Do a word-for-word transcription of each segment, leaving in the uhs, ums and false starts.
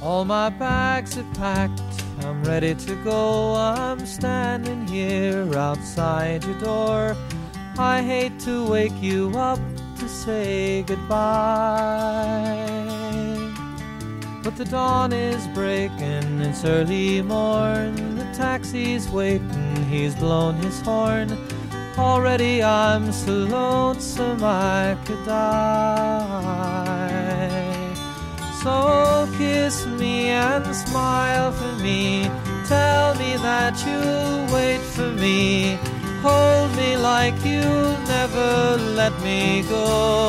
All my bags are packed, I'm ready to go. I'm standing here outside your door. I hate to wake you up to say goodbye, but the dawn is breaking, it's early morn. The taxi's waiting, he's blown his horn. Already I'm so lonesome I could die. So kiss me and smile for me. Tell me that you'll wait for me. Hold me like you'll never let me go.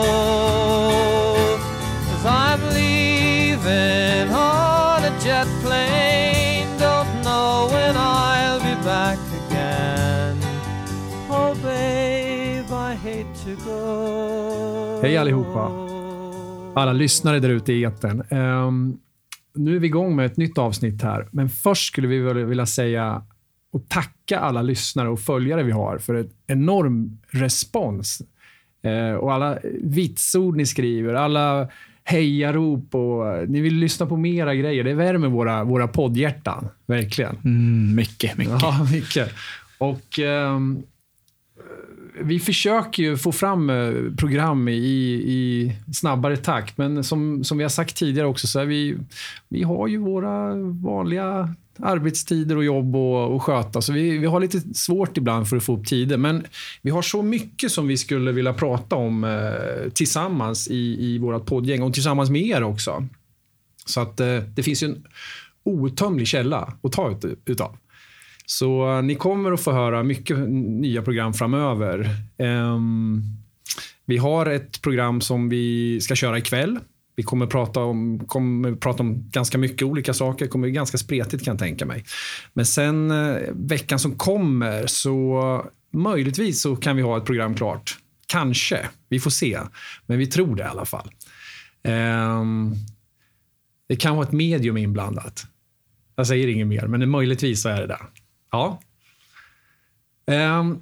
'Cause I'm leaving on a jet plane. Don't know when I'll be back again. Oh babe, I hate to go. Hej allihopa. Alla lyssnare där ute i etern. Um, nu är vi igång med ett nytt avsnitt här. Men först skulle vi vilja säga och tacka alla lyssnare och följare vi har för ett enorm respons. Uh, och alla vitsord ni skriver, alla hejarop och ni vill lyssna på mera grejer. Det värmer våra, våra poddhjärtan, verkligen. Mm, mycket, mycket. Ja, mycket. Och... Um, vi försöker ju få fram program i, i snabbare takt, men som, som vi har sagt tidigare också så är vi, vi har ju våra vanliga arbetstider och jobb och, och sköta, så vi, vi har lite svårt ibland för att få upp tider, men vi har så mycket som vi skulle vilja prata om eh, tillsammans i, i vårat poddgäng och tillsammans med er också. Så att eh, det finns ju en outtömlig källa att ta ut, utav. Så ni kommer att få höra mycket nya program framöver. Um, vi har ett program som vi ska köra ikväll. Vi kommer prata om, kommer prata om ganska mycket olika saker. Det kommer bli ganska spretigt kan jag tänka mig. Men sen uh, veckan som kommer så möjligtvis så kan vi ha ett program klart. Kanske, vi får se. Men vi tror det i alla fall. Um, det kan vara ett medium inblandat. Jag säger inget mer, men det möjligtvis så är det där. Ja. Um,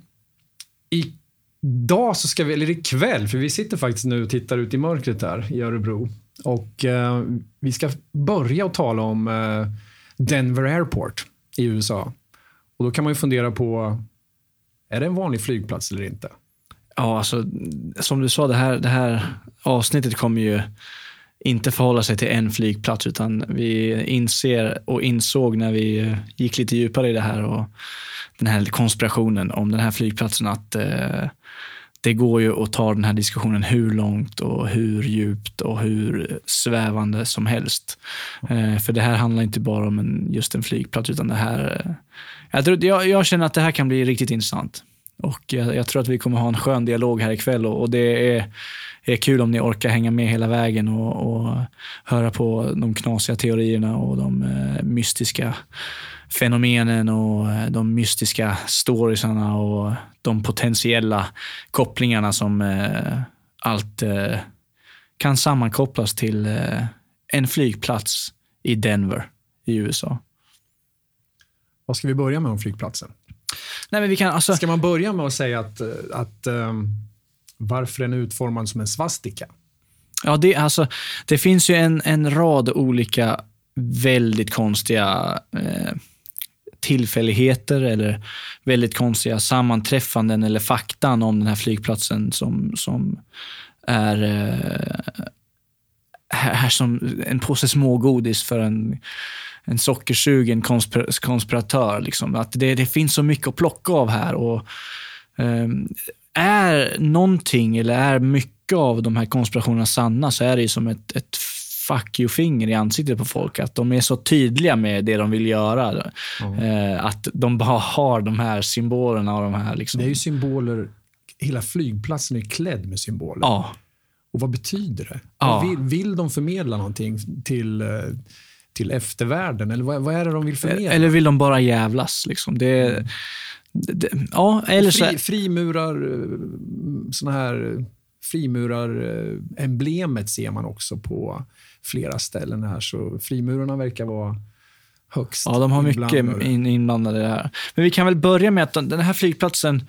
idag så ska vi, eller ikväll, för vi sitter faktiskt nu och tittar ut i mörkret här i Örebro. Och uh, vi ska börja att tala om uh, Denver Airport i U S A. Och då kan man ju fundera på, är det en vanlig flygplats eller inte? Ja, alltså som du sa, det här, det här avsnittet kommer ju inte förhålla sig till en flygplats, utan vi inser och insåg när vi gick lite djupare i det här och den här konspirationen om den här flygplatsen att eh, det går ju att ta den här diskussionen hur långt och hur djupt och hur svävande som helst. Eh, för det här handlar inte bara om en, just en flygplats, utan det här eh, jag, tror, jag, jag känner att det här kan bli riktigt intressant. Och jag, jag tror att vi kommer ha en skön dialog här ikväll, och, och det är Det är kul om ni orkar hänga med hela vägen och, och höra på de knasiga teorierna och de eh, mystiska fenomenen och eh, de mystiska storiesarna och de potentiella kopplingarna som eh, allt eh, kan sammankopplas till eh, en flygplats i Denver i U S A. Vad ska vi börja med om flygplatsen? Nej, men vi kan, alltså... Ska man börja med att säga att, att um... varför den är utformad som en svastika? Ja, det, alltså, det finns ju en, en rad olika väldigt konstiga eh, tillfälligheter eller väldigt konstiga sammanträffanden eller faktan om den här flygplatsen som, som är eh, här, här som en påse smågodis för en, en sockersugen konspir- konspiratör. Liksom. Att det, det finns så mycket att plocka av här, och eh, är någonting eller är mycket av de här konspirationerna sanna, så är det ju som ett, ett fuck you-finger i ansiktet på folk. Att de är så tydliga med det de vill göra. Mm. Eh, att de bara har de här symbolerna och de här liksom... Det är ju symboler, hela flygplatsen är klädd med symboler. Ja. Och vad betyder det? Ja. Vill, vill de förmedla någonting till, till eftervärlden? Eller vad, vad är det de vill förmedla? Eller vill de bara jävlas liksom? Det mm. Det, ja, eller så... Fri, frimurar, såna här frimurar emblemet ser man också på flera ställen här, så frimurarna verkar vara högst. Ja, de har mycket in, inblandade där. Men vi kan väl börja med att den här flygplatsen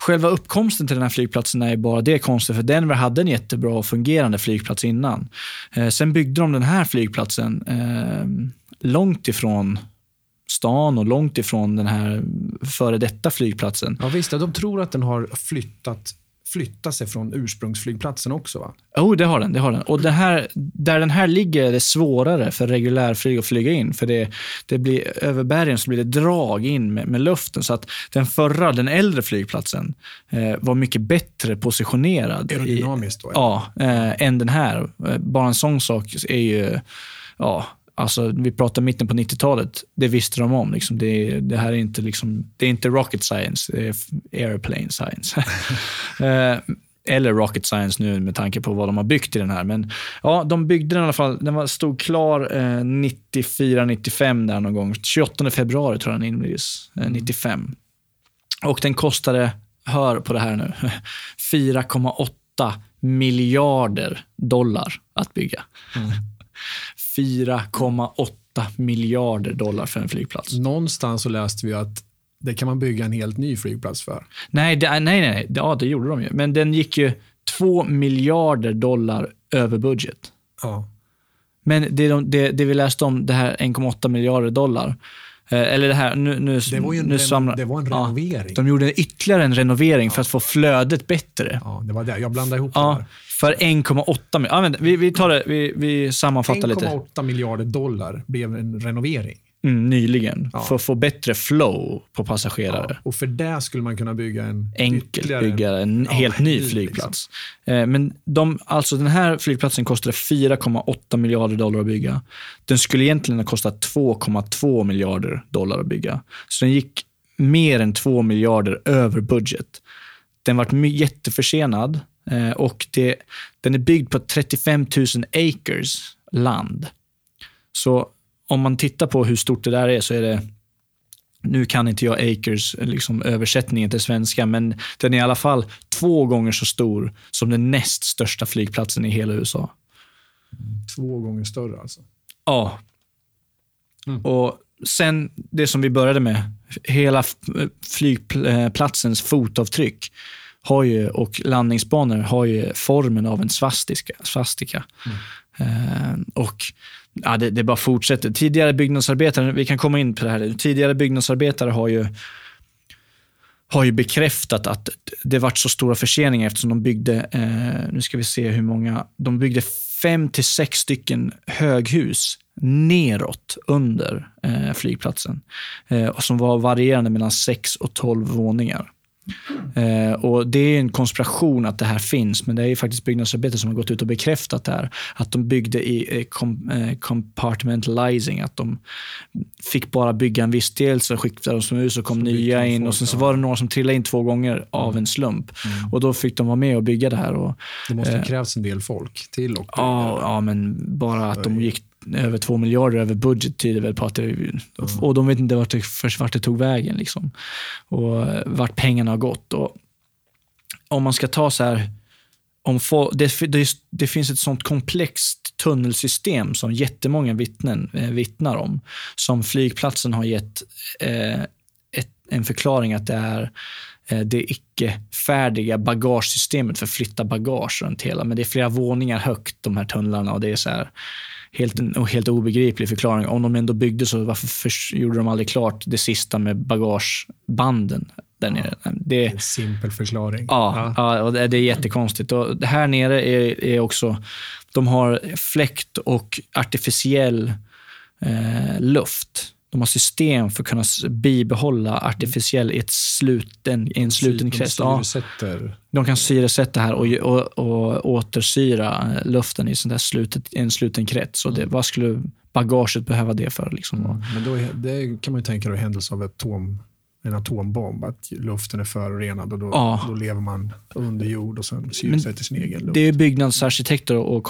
själva uppkomsten till den här flygplatsen är bara det konstigt, för Denver hade en jättebra och fungerande flygplats innan. Eh, sen byggde de den här flygplatsen eh, långt ifrån stan och långt ifrån den här före detta flygplatsen. Ja visst, de tror att den har flyttat flytta sig från ursprungsflygplatsen också, va? Jo, oh, det har den, det har den. Och det här, där den här ligger är det svårare för regulärflyg att flyga in, för det, det blir över bergen så blir det drag in med, med luften, så att den förra, den äldre flygplatsen eh, var mycket bättre positionerad. Aerodynamiskt då? Ja, eh, än den här. Bara en sån sak är ju, ja, alltså vi pratar mitten på nittiotalet, det visste de om. Liksom. Det, det här är inte, liksom, det är inte rocket science, det är airplane science. Eller rocket science nu med tanke på vad de har byggt i den här. Men ja, de byggde den i alla fall, den var, stod klar eh, nittiofyra nittiofem där någon gång. tjugoåttonde februari tror jag den invigdes, eh, nittiofem. Och den kostade, hör på det här nu, fyra komma åtta miljarder dollar att bygga. Mm. fyra komma åtta miljarder dollar för en flygplats. Någonstans så läste vi att det kan man bygga en helt ny flygplats för. Nej, det, nej, nej. Ja, det gjorde de ju. Men den gick ju två miljarder dollar över budget. Ja. Men det, det, det vi läste om, det här en komma åtta miljarder dollar, eller det här, nu, nu, det var ju en, nu reno, samlar, det var en renovering. Ja, de gjorde ytterligare en renovering ja. för att få flödet bättre. Ja, det var det. Jag blandade ihop ja, det här. För en komma åtta miljarder. Ja, men vi, vi tar det, vi, vi sammanfattar lite. en komma åtta miljarder dollar blev en renovering. Mm, nyligen. Ja. För att få bättre flow på passagerare. Ja, och för det skulle man kunna bygga en enkelt bygga en ja, helt ny flygplats. Liksom. Men de, alltså den här flygplatsen kostade fyra komma åtta miljarder dollar att bygga. Den skulle egentligen ha kostat två komma två miljarder dollar att bygga. Så den gick mer än två miljarder över budget. Den var jätteförsenad och det, den är byggd på trettiofem tusen acres land. Så om man tittar på hur stort det där är så är det, nu kan inte jag acres liksom översättningen till svenska, men den är i alla fall två gånger så stor som den näst största flygplatsen i hela U S A. Två gånger större alltså? Ja. Mm. Och sen det som vi började med, hela flygplatsens fotavtryck har ju, och landningsbanor har ju formen av en svastika. svastika. Mm. Uh, och ja, det, det bara fortsätter. Tidigare byggnadsarbetare, vi kan komma in på det här. Tidigare byggnadsarbetare har ju har ju bekräftat att det varit så stora förseningar eftersom de byggde, eh, nu ska vi se hur många, de byggde fem till sex stycken höghus neråt under eh, flygplatsen eh, och som var varierande mellan sex och tolv våningar. Eh, och det är en konspiration att det här finns, men det är ju faktiskt byggnadsarbetare som har gått ut och bekräftat det här, att de byggde i eh, com, eh, compartmentalizing, att de fick bara bygga en viss del, så skickade de som ut så kom så nya in folk, och sen så var det några som trillade in två gånger mm. av en slump mm. och då fick de vara med och bygga det här. Och, det måste eh, krävs en del folk till och ja, ja, men bara att de gick över två miljarder över budget tyder väl på att det, mm. och de vet inte vart det, först vart det tog vägen liksom, och vart pengarna har gått. Och om man ska ta så här, om få, det, det, det finns ett sånt komplext tunnelsystem som jättemånga vittnen eh, vittnar om, som flygplatsen har gett eh, ett, en förklaring att det är eh, det icke-färdiga bagagesystemet för att flytta bagage runt hela, men det är flera våningar högt de här tunnlarna, och det är så här helt, en helt obegriplig förklaring. Om de ändå byggde så, varför för, gjorde de aldrig klart det sista med bagagebanden där nere? Det är en simpel förklaring. Ja, ja. ja och det, det är jättekonstigt. Och det här nere är, är också, de har fläkt och artificiell eh, luft. De har system för att kunna bibehålla artificiell i ett sluten, i en sluten krets. Ja, de kan syresätta här och, och, och återsyra luften i sån där slutet, en sluten krets. Och det, vad skulle bagaget behöva det för? Liksom? Mm. Men då är, det kan man ju tänka då, händelse av atom, en atombomb, att luften är förorenad och då, ja. då lever man under jord och sen syresätter sin egen luft. Det är byggnadsarkitekter och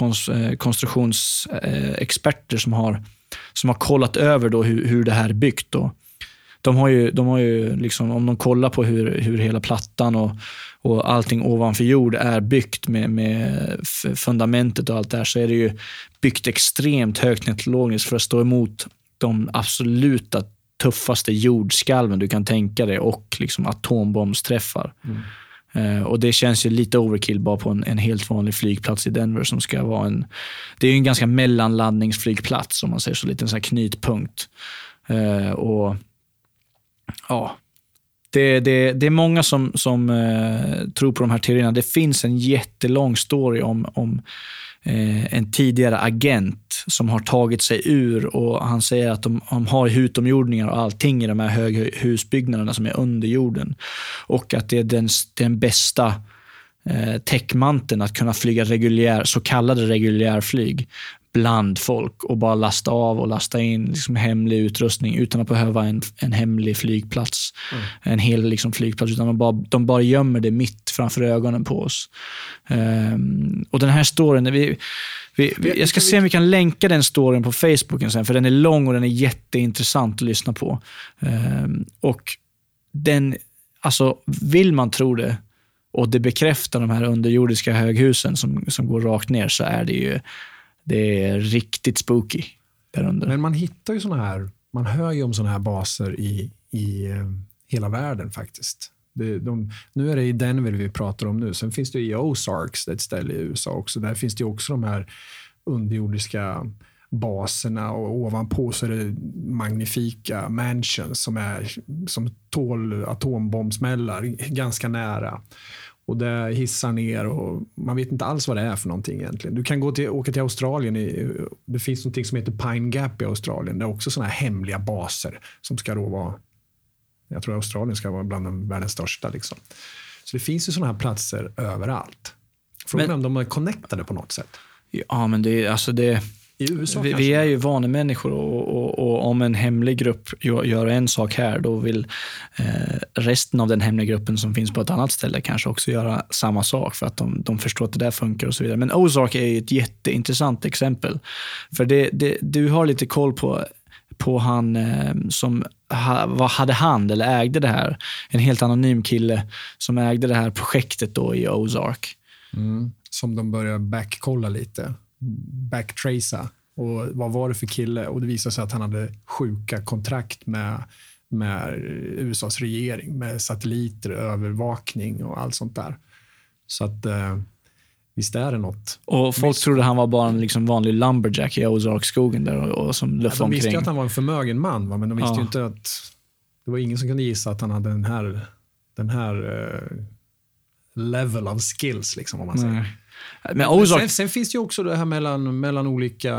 konstruktionsexperter som har som har kollat över då hur, hur det här är byggt. Då. De har ju, de har ju liksom, om de kollar på hur, hur hela plattan och, och allting ovanför jord är byggt med, med fundamentet och allt det här, så är det ju byggt extremt högt meteorologiskt för att stå emot de absoluta tuffaste jordskalven du kan tänka dig och liksom atombombsträffar. Mm. Uh, och det känns ju lite overkill bara på en, en helt vanlig flygplats i Denver som ska vara en, det är ju en ganska mellanlandningsflygplats om man säger så, lite en sån här knytpunkt. Uh, och ja, det, det, det är många som, som uh, tror på de här teorierna. Det finns en jättelång story om, om uh, en tidigare agent som har tagit sig ur, och han säger att de, de har hutomjordningar och allting i de här höghusbyggnaderna som är under jorden, och att det är den, den bästa eh, täckmanteln att kunna flyga reguljär, så kallade reguljärflyg bland folk och bara lasta av och lasta in liksom hemlig utrustning utan att behöva en, en hemlig flygplats, mm. en hel liksom flygplats, utan de bara, de bara gömmer det mitt framför ögonen på oss. Um, och den här storyn, vi, vi, vi, jag ska se om vi kan länka den storyn på Facebooken sen, för den är lång och den är jätteintressant att lyssna på. Um, och den, alltså vill man tro det och det bekräftar de här underjordiska höghusen som, som går rakt ner, så är det ju det är riktigt spooky där under. Men man hittar ju såna här, man hör ju om såna här baser i, i hela världen faktiskt. Det, de, nu är det i Denver vi pratar om nu. Sen finns det i Ozarks, ett ställe i U S A också. Där finns det ju också de här underjordiska baserna, och ovanpå så är det magnifika mansions som, är, som tål atombombsmällar ganska nära. Och det hissar ner och man vet inte alls vad det är för någonting egentligen. Du kan gå till, åka till Australien. I, det finns någonting som heter Pine Gap i Australien. Det är också sådana här hemliga baser som ska då vara, jag tror Australien ska vara bland de världens största liksom. Så det finns ju sådana här platser överallt. Frågan är om de är connectade på något sätt. Ja, men det är alltså det i U S A vi, vi är ju vanemänniskor, och, och, och om en hemlig grupp gör en sak här, då vill eh, resten av den hemliga gruppen som finns på ett annat ställe kanske också göra samma sak, för att de, de förstår att det där funkar och så vidare. Men Ozark är ju ett jätteintressant exempel, för det, det, du har lite koll på, på han eh, som ha, vad hade hand eller ägde det här, en helt anonym kille som ägde det här projektet då i Ozark. Mm, som de börjar backkolla lite, backtracea, och vad var det för kille, och det visade sig att han hade sjuka kontrakt med, med U S A:s regering, med satelliter, övervakning och allt sånt där. Så att eh, visst är det något. Och folk Visst. trodde han var bara en liksom vanlig lumberjack i Ozark-skogen där, och, och som luffade ja, de visste omkring. ju att han var en förmögen man, va? Men de visste ja. ju inte att det var ingen som kunde gissa att han hade den här den här eh, level of skills liksom, om man säger. Nej. Men Ozark... sen, sen finns det ju också det här mellan, mellan olika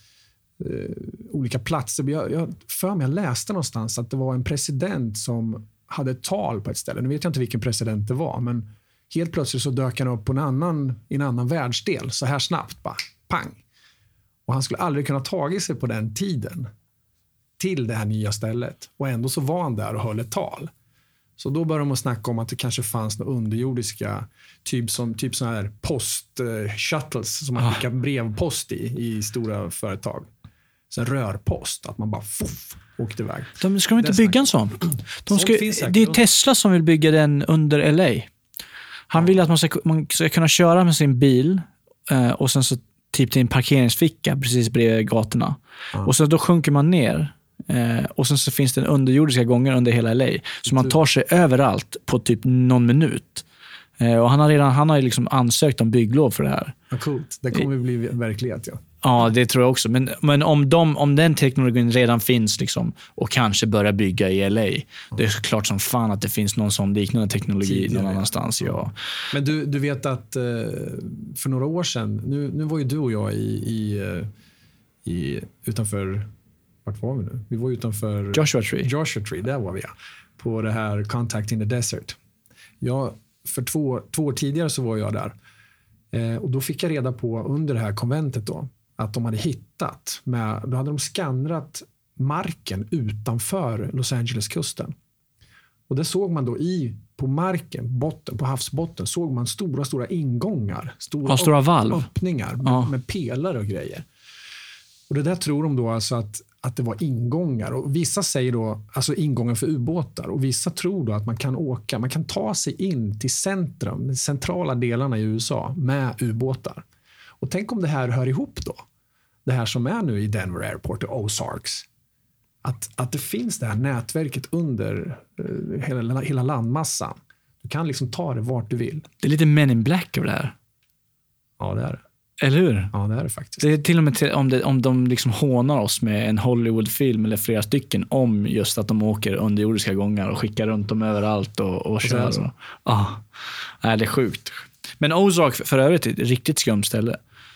eh, olika platser. Jag, jag för mig jag läste någonstans att det var en president som hade ett tal på ett ställe. Nu vet jag inte vilken president det var, men helt plötsligt så dök han upp på en annan, i en annan världsdel så här snabbt, bara pang. Och han skulle aldrig kunna tagit sig på den tiden till det här nya stället. Och ändå så var han där och höll ett tal. Så då började de att snacka om att det kanske fanns några underjordiska, typ som typ såna här post-shuttles som man skickar brevpost i, i stora företag. Så en rörpost, att man bara fuff, åkte iväg. De ska de inte bygga en sån? De ska, det är Tesla som vill bygga den under L A. Han vill att man ska, man ska kunna köra med sin bil eh, och sen så typ till en parkeringsficka precis bredvid gatorna. Ja. Och så då sjunker man ner. Eh, och sen så finns det en underjordiska gånger under hela L A. Så man tar sig överallt på typ någon minut. Eh, och han har redan han har ju liksom ansökt om bygglov för det här. Ja, coolt. Det kommer bli verklighet, ja. Ja, det tror jag också. Men, men om, de, om den teknologin redan finns liksom, och kanske börjar bygga i L A, mm. det är klart som fan att det finns någon sån liknande teknologi tidigare någon annanstans. Ja. Men du, du vet att för några år sedan, nu, nu var ju du och jag i, i, i utanför, vart var vi nu? Vi var utanför Joshua Tree. Joshua Tree, där var vi, ja. På det här Contact in the Desert. Jag, för två, två år tidigare så var jag där. Eh, och då fick jag reda på under det här konventet då, att de hade hittat, med, då hade de skannrat marken utanför Los Angeles-kusten. Och där såg man då i, på marken, botten, på havsbotten, såg man stora, stora ingångar. Stora, ja, stora valv. Öppningar med, ja. med pelare och grejer. Och det där tror de då alltså att, att det var ingångar. Och vissa säger då, alltså ingångar för ubåtar. Och vissa tror då att man kan åka, man kan ta sig in till centrum, de centrala delarna i U S A med ubåtar. Och tänk om det här hör ihop då. Det här som är nu i Denver Airport och Ozarks. Att, att det finns det här nätverket under uh, hela, hela landmassan. Du kan liksom ta det vart du vill. Det är lite Men in Black över det här. Ja, det är det. Eller hur? Ja, det är det faktiskt. Det är till och med till, om, det, om de liksom hånar oss med en Hollywoodfilm eller flera stycken om just att de åker underjordiska gångar och skickar runt dem överallt och, och kör. Och så. Ja, det är sjukt. Men Ozark för övrigt är ett riktigt skumt ställe.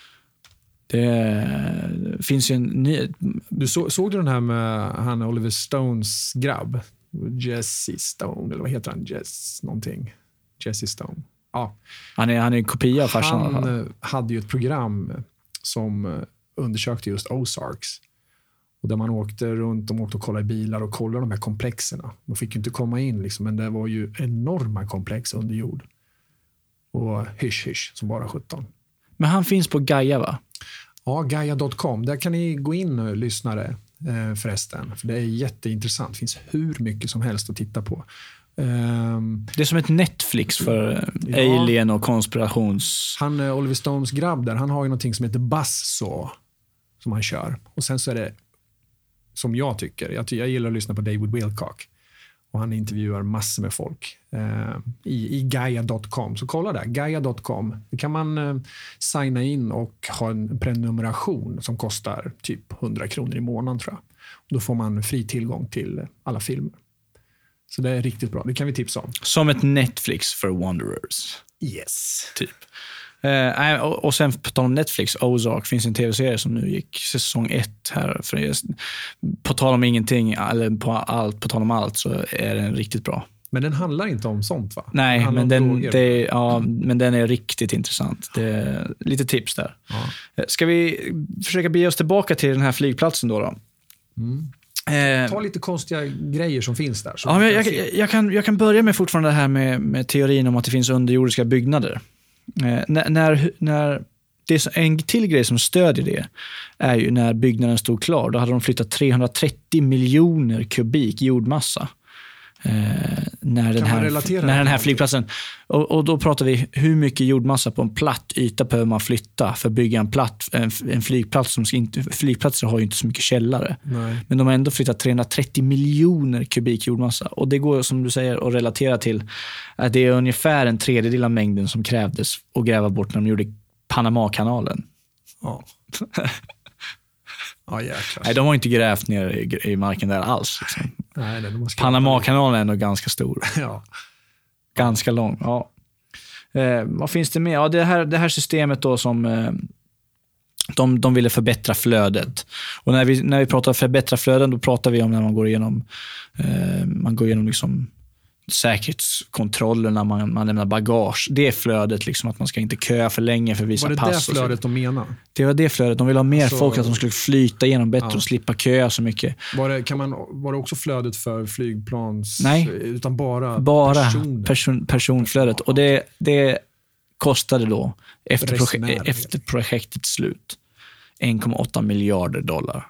Det finns ju en ny... Du så, såg du den här med han Oliver Stones grabb? Jesse Stone, eller vad heter han? Jess någonting. Jesse Stone. Ja. Han är, han är en kopia av farsan. Han hade ju ett program som undersökte just Ozarks. Och där man åkte runt, de åkte och kollade i bilar och kollade de här komplexerna. De fick ju inte komma in liksom, men det var ju enorma komplex under jord. Och hysch hysch som bara sjutton. Men han finns på Gaia, va? Ja, Gaia dot com. Där kan ni gå in och lyssnare eh, förresten. För det är jätteintressant. Det finns hur mycket som helst att titta på. Um, det är som ett Netflix för ja, alien och konspirations... Han, Oliver Stones grabb där, han har ju någonting som heter Buzzsaw som han kör. Och sen så är det, som jag tycker, jag, jag gillar att lyssna på David Wilcock. Och han intervjuar massor med folk eh, i, i Gaia dot com. Så kolla där, Gaia dot com. Det kan man eh, signa in och ha en prenumeration som kostar typ hundra kronor i månaden, tror jag. Och då får man fri tillgång till alla filmer. Så det är riktigt bra. Det kan vi tipsa om. Som ett Netflix för Wanderers. Yes. Typ. Eh, och, och sen på tal om Netflix, Ozark, finns en tv-serie som nu gick säsong ett här. För just, på tal om ingenting, eller på, allt, på tal om allt, så är den riktigt bra. Men den handlar inte om sånt, va? Nej, den men den, det, ja, men den är riktigt intressant. Det är lite tips där. Ja. Ska vi försöka bege oss tillbaka till den här flygplatsen då? då? Mm. Ta lite konstiga grejer som finns där. Ja, men jag, jag, jag, kan, jag kan börja med fortfarande det här med, med teorin om att det finns underjordiska byggnader. Eh, när, när, när det är en till grej som stödjer det är ju när byggnaden stod klar. Då hade de flyttat trehundratrettio miljoner kubik jordmassa. Eh, när, den här, när den här flygplatsen och, och då pratar vi hur mycket jordmassa på en platt yta behöver man flytta för att bygga en, platt, en, en flygplats som ska inte, flygplatser har ju inte så mycket källare. Nej. Men de har ändå flyttat trehundratrettio miljoner kubik jordmassa och det går, som du säger, att relatera till att det är ungefär en tredjedel av mängden som krävdes att gräva bort när de gjorde Panamakanalen. Ja. Ja, nej, de har inte grävt ner i, i marken där alls. Liksom. Nej, Panamakanalen är ändå ganska stor. Ja. Ganska lång. Ja. Eh, vad finns det mer? Ja, det här, det här systemet då som eh, de, de ville förbättra flödet. Och när vi, när vi pratar förbättra flöden, då pratar vi om när man går igenom eh, man går igenom liksom säkerhetskontrollerna, man, man lämnar bagage. Det är flödet, liksom, att man ska inte köa för länge för att visa pass. Var det pass det flödet de menar? Det var det flödet. De vill ha mer alltså, folk, att de skulle flyta igenom bättre ja. och slippa köa så mycket. Var det, kan man, var det också flödet för flygplans? Nej, utan bara, bara person, personflödet. Och det, det kostade då efter, proje- efter projektets slut en komma åtta miljarder dollar.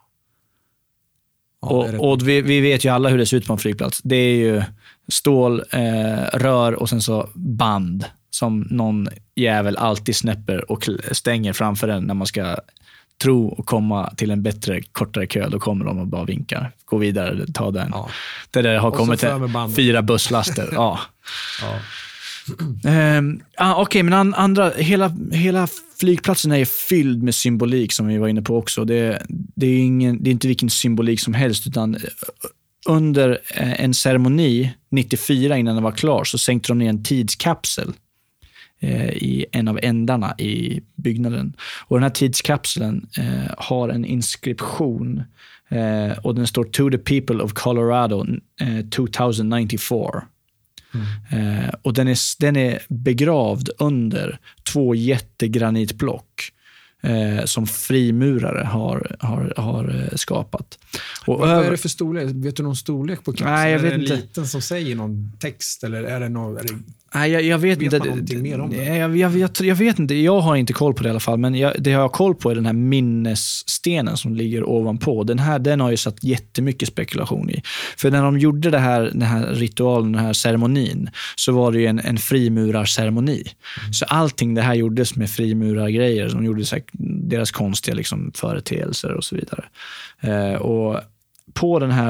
Ja, och och vi, vi vet ju alla hur det ser ut på en flygplats. Det är ju stål, eh, rör och sen så band som någon jävel alltid snäpper och stänger framför den när man ska tro och komma till en bättre, kortare kö. Då kommer de och bara vinkar. Gå vidare, ta den. Ja. Det där har och kommit till fyra busslaster. Ja. Ja. Um, ah, Okej, okay, men an, andra hela, hela flygplatsen är fylld med symbolik som vi var inne på också. Det, det, är, ingen, det är inte vilken symbolik som helst, utan under en ceremoni nittiofyra innan den var klar så sänkte de ner en tidskapsel eh, i en av ändarna i byggnaden. Och den här tidskapseln eh, har en inskription eh, och den står "To the people of Colorado eh, tjugohundranittiofyra". Mm. Eh, och den är, den är begravd under två jättegranitblock eh, som frimurare har, har, har skapat. Och vad över... är det för storlek? Vet du någon storlek på kapseln? Nej, jag är vet det en inte. liten som säger någon text eller är det någon... Är det... Nej, jag, jag vet, vet inte. Man någonting mer om det? Jag, jag, jag, jag vet inte. Jag har inte koll på det i alla fall. Men jag, det jag har koll på är den här minnesstenen som ligger ovanpå. Den här, den har ju satt jättemycket spekulation i. För när de gjorde det här, den här ritualen, den här ceremonin, så var det ju en, en frimurarceremoni. Mm. Så allting det här gjordes med frimurargrejer. De gjorde så här, deras konstiga liksom, företeelser och så vidare. Eh, och på den här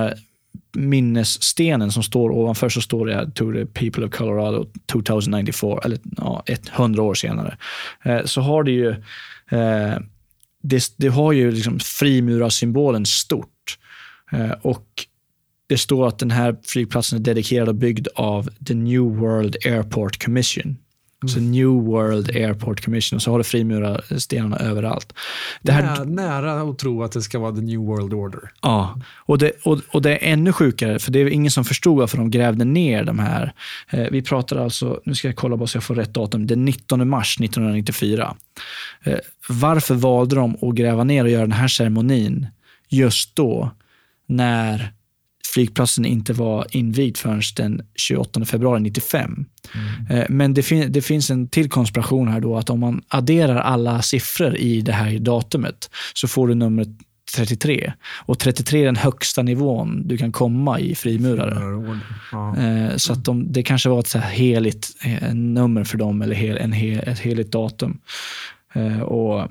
minnesstenen som står ovanför, så står det To the people of Colorado tjugohundranittiofyra, eller ja, hundra år senare. Eh, så har det ju eh, det, det har ju liksom frimurarsymbolen stort. Eh, och det står att den här flygplatsen är dedikerad och byggd av The New World Airport Commission. Mm. Så New World Airport Commission, och så har det frimurarstenarna överallt. Det här, Nä, nära att tro att det ska vara The New World Order. Ja, och det, och, och det är ännu sjukare, för det är ingen som förstod varför de grävde ner de här. Eh, vi pratar alltså, nu ska jag kolla bara så jag får rätt datum, den nittonde mars nittonhundranittiofyra. Eh, varför valde de att gräva ner och göra den här ceremonin just då, när flygplatsen inte var invigd förrän den tjugoåttonde februari nittiofem. Mm. Men det, fin- det finns en till konspiration här då, att om man adderar alla siffror i det här datumet så får du numret trettiotre. Och trettiotre är den högsta nivån du kan komma i frimurare. Ja. Så att de, det kanske var ett så här heligt nummer för dem, eller hel, en hel, ett heligt datum. Och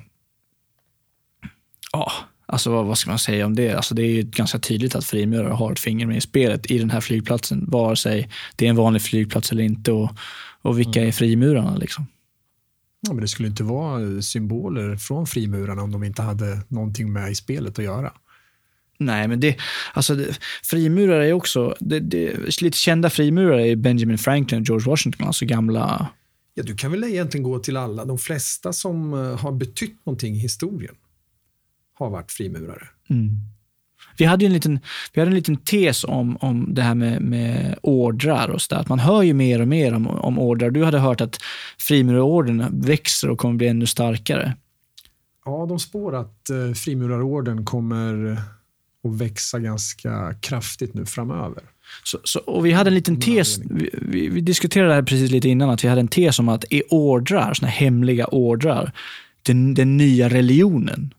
ja, alltså vad ska man säga om det? Alltså det är ju ganska tydligt att frimurare har ett finger med i spelet i den här flygplatsen, vare sig det är en vanlig flygplats eller inte, och, och vilka mm. är frimurarna liksom. Ja, men det skulle inte vara symboler från frimurarna om de inte hade någonting med i spelet att göra. Nej, men det, alltså det, frimurare är också, det, det, lite kända frimurare är Benjamin Franklin och George Washington, alltså gamla. Ja, du kan väl egentligen gå till alla, de flesta som har betytt någonting i historien har varit frimurare. Mm. Vi hade ju en liten, vi hade en liten tes om, om det här med, med ordrar och så där. Att man hör ju mer och mer om, om ordrar. Du hade hört att frimurarorden växer och kommer bli ännu starkare. Ja, de spår att eh, frimurarorden kommer att växa ganska kraftigt nu framöver. Så, så, och vi hade en liten tes, vi, vi, vi diskuterade det här precis lite innan, att vi hade en tes om att är ordrar, såna hemliga ordrar, den, den nya religionen?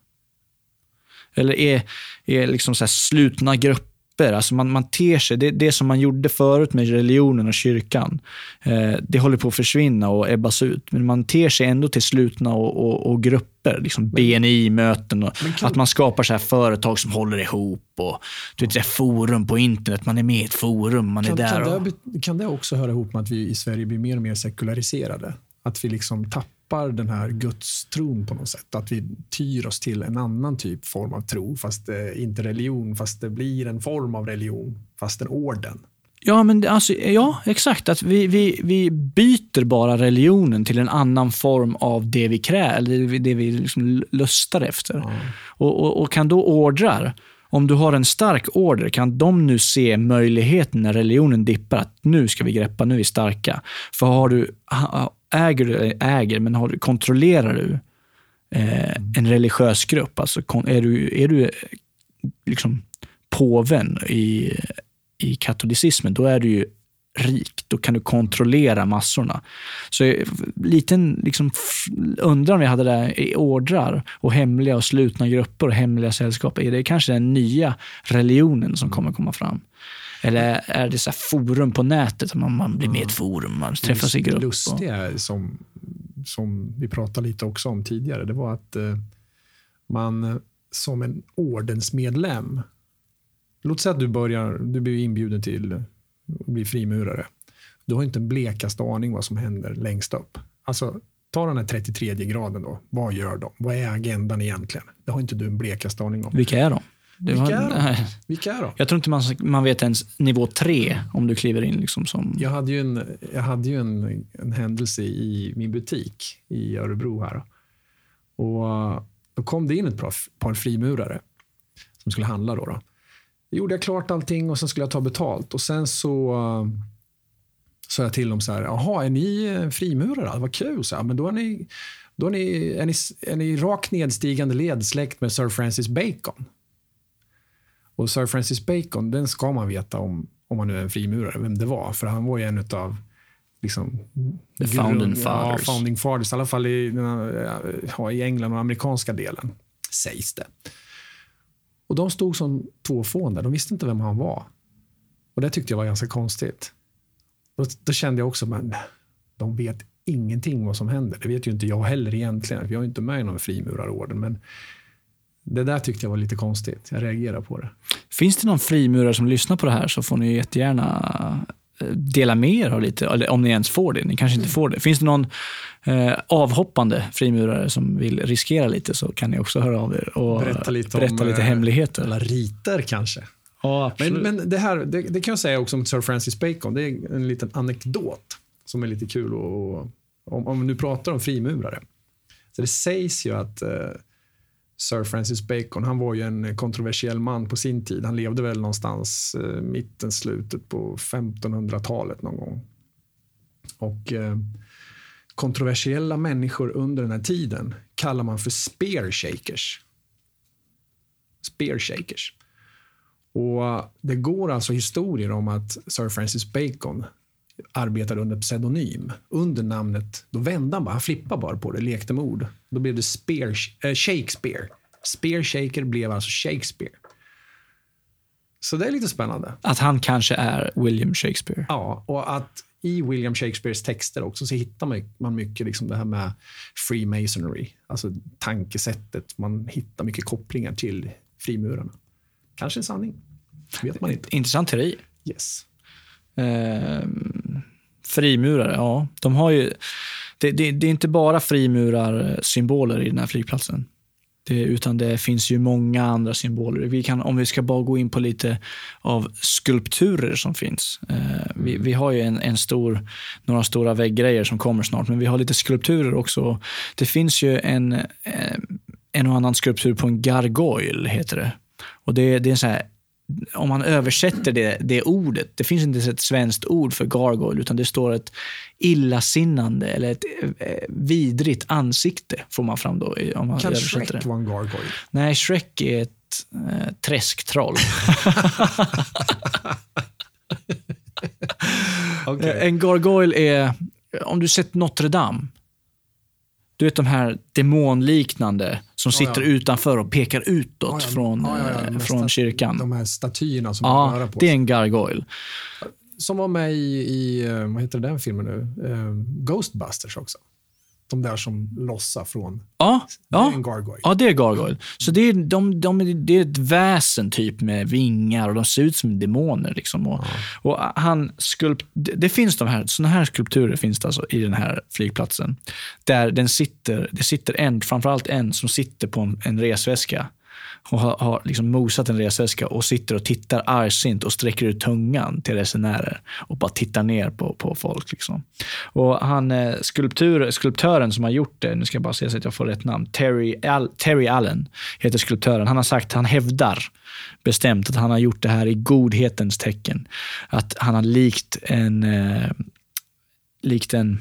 Eller är, är liksom så här slutna grupper. Alltså man, man ter sig, det, det som man gjorde förut med religionen och kyrkan, eh, det håller på att försvinna och ebbas ut. Men man ter sig ändå till slutna och, och, och grupper, liksom B N I-möten. Och kan... Att man skapar så här företag som håller ihop. Och du vet, det forum på internet, man är med i ett forum, man kan, är där. Kan, och... det, kan det också höra ihop med att vi i Sverige blir mer och mer sekulariserade? Att vi liksom tappar den här gudstron på något sätt. Att vi tyr oss till en annan typ form av tro, fast det inte religion, fast det blir en form av religion, fast en orden. Ja, men alltså, ja, exakt. Att vi, vi, vi byter bara religionen till en annan form av det vi kräver, eller det vi liksom lustar efter. Mm. Och, och, och kan då ordrar, om du har en stark order, kan de nu se möjligheten när religionen dippar, att nu ska vi greppa, nu är vi starka. För har du, äger du, äger, men har du, kontrollerar du eh, en religiös grupp, alltså är du, är du liksom påven i, i katolicismen, då är du ju rik, då kan du kontrollera massorna. Så liten liksom undrar om vi hade där i ordrar och hemliga och slutna grupper och hemliga sällskap, är det kanske den nya religionen som kommer komma fram? Eller är det så här forum på nätet, man, man blir med i ett forum, man träffas i grupp? Det lustiga och... som, som vi pratade lite också om tidigare, det var att eh, man som en ordensmedlem, låt säga att du börjar, du blir inbjuden till att bli frimurare. Du har inte en blekaste aning vad som händer längst upp. Alltså, ta den här trettiotredje graden då. Vad gör de? Vad är agendan egentligen? Det har inte du en blekaste aning om. Vilka är de? Vilka, var, är de? Vilka är de? Jag tror inte man, man vet ens nivå tre om du kliver in liksom som... Jag hade ju en, jag hade ju en, en händelse i min butik i Örebro här. Och då kom det in ett par, par frimurare som skulle handla då. då. Gjorde jag klart allting och sen skulle jag ta betalt. Och sen så sa jag till dem så här, jaha, är ni frimurare? Vad kul. Så här, men då är ni, då är ni, är ni, är ni rakt nedstigande led släkt med Sir Francis Bacon. Och Sir Francis Bacon, den ska man veta om, om man nu är en frimurare, vem det var. För han var ju en av liksom, The founding fathers. Ja, founding fathers. I alla fall i, ja, i England och amerikanska delen, sägs det. Och de stod som två fån där. De visste inte vem han var. Och det tyckte jag var ganska konstigt. Då, då kände jag också, men de vet ingenting vad som händer. Det vet ju inte jag heller egentligen. Jag är inte med i någon frimurarorden. Men det där tyckte jag var lite konstigt. Jag reagerar på det. Finns det någon frimurare som lyssnar på det här så får ni jättegärna dela med er av lite, eller om ni ens får det. Ni kanske inte får det. Finns det någon eh, avhoppande frimurare som vill riskera lite så kan ni också höra av er och berätta lite, berätta om, lite hemligheter. Eller riter kanske. Ja, absolut. Men, men det här, det, det kan jag säga också om Sir Francis Bacon. Det är en liten anekdot som är lite kul och, om, om du pratar om frimurare. Så det sägs ju att eh, Sir Francis Bacon, han var ju en kontroversiell man på sin tid. Han levde väl någonstans eh, mitten, slutet på femtonhundratalet någon gång. Och eh, kontroversiella människor under den här tiden kallar man för spear shakers. Spear shakers. Och det går alltså historier om att Sir Francis Bacon arbetade under pseudonym. Under namnet, då vände han bara, han flippade bara på det, lekte med ord. Då blev det spear, äh, Shakespeare. Spear shaker blev alltså Shakespeare. Så det är lite spännande. Att han kanske är William Shakespeare. Ja, och att i William Shakespeares texter också så hittar man mycket liksom det här med Freemasonry. Alltså tankesättet. Man hittar mycket kopplingar till frimurarna. Kanske en sanning. Vet man inte. Intressant teori. Yes. Eh, frimurare, ja. De har ju... Det, det, det är inte bara frimurar symboler i den här flygplatsen. Det, utan det finns ju många andra symboler. Vi kan, om vi ska bara gå in på lite av skulpturer som finns. Eh, vi, vi har ju en, en stor, några stora vägggrejer som kommer snart. Men vi har lite skulpturer också. Det finns ju en, en och annan skulptur på en gargoyle, heter det. Och det, det är så här, om man översätter det, det ordet, det finns inte ett svenskt ord för gargoyle, utan det står ett illasinnande eller ett eh, vidrigt ansikte får man fram då. Om man kan Shrek det vara en gargoyle? Nej, Shrek är ett eh, träsktroll. Okay. En gargoyle är, om du sett Notre Dame, du vet de här demonliknande som sitter oh, ja. utanför och pekar utåt oh, ja. från, oh, ja, ja. från kyrkan. De här statyerna som ja, man rör på. Det är en gargoyle. Som var med i, i vad heter den filmen nu? Uh, Ghostbusters också. De där som lossar från ja, ja. en gargoyle. Ja, det är gargoyle. Så det är, de, de, det är ett väsen typ med vingar och de ser ut som demoner. Liksom. Och, ja. och han skulpt, det, det finns de här, såna här skulpturer finns det alltså i den här flygplatsen. Där den sitter, det sitter en, framförallt en som sitter på en, en resväska. Och har, har liksom mosat en resväska och sitter och tittar argsint och sträcker ut tungan till resenärer och bara tittar ner på, på folk. Liksom. Och han, skulptur, skulptören som har gjort det, nu ska jag bara se så att jag får rätt namn, Terry, Al, Terry Allen heter skulptören. Han har sagt, han hävdar bestämt att han har gjort det här i godhetens tecken. Att han har likt en, eh, likt en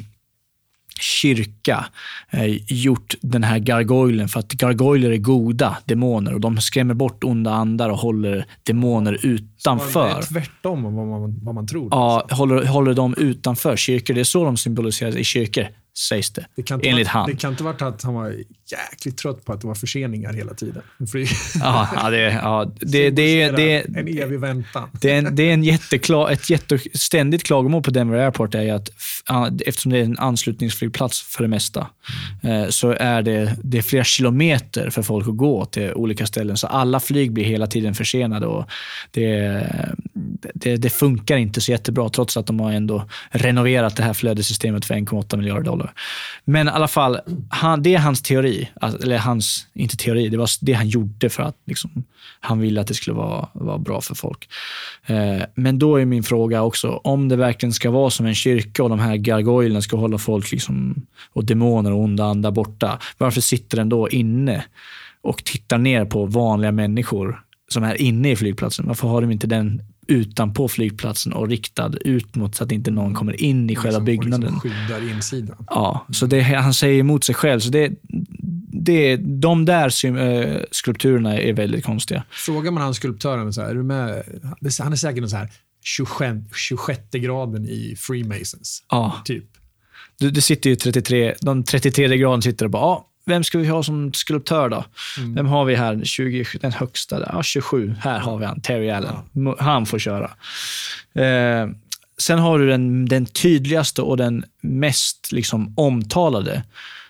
kyrka eh, gjort den här gargoylen för att gargoyler är goda demoner och de skrämmer bort onda andar och håller demoner utanför. Så det är tvärtom om vad man, vad man tror. Ja, håller, håller dem utanför kyrkor. Det är så de symboliseras i kyrkor, sägs det. Det kan inte enligt vara, han. Det kan inte vara att han var jäkligt trött på att det var förseningar hela tiden. ja, ja, det, ja, det, det, det, det, en evig väntan. Det är en, det är en jätteklar, ett jätteständigt klagomål på Denver Airport är att eftersom det är en anslutningsflygplats för det mesta mm. så är det, det är flera kilometer för folk att gå till olika ställen. Så alla flyg blir hela tiden försenade och det, det, det funkar inte så jättebra trots att de har ändå renoverat det här flödessystemet för en komma åtta miljarder dollar. Men i alla fall, han, det är hans teori. Eller hans, inte teori, det var det han gjorde för att liksom, han ville att det skulle vara, vara bra för folk. Eh, men då är min fråga också, om det verkligen ska vara som en kyrka och de här gargoylerna ska hålla folk liksom, och demoner och onda andar borta, varför sitter den då inne och tittar ner på vanliga människor som är inne i flygplatsen? Varför har de inte den utanpå flygplatsen och riktad ut mot så att inte någon kommer in i själva liksom, byggnaden? Liksom skyddar insidan. Ja, så det, han säger emot sig själv. Så det, det, de där äh, skulpturerna är väldigt konstiga. Frågar man han skulptören så här, är du med? Han är säkert någon så här tjugosjätte graden i Freemasons. Ja. Typ. Det, det sitter ju trettiotre, de trettiotre graden sitter och bara, ja, vem ska vi ha som skulptör då? Mm. Vem har vi här? tjugo, den högsta där. Ja, tjugosju. Här har vi han, Terry Allen. Ja. Han får köra. Eh, sen har du den, den tydligaste och den mest liksom omtalade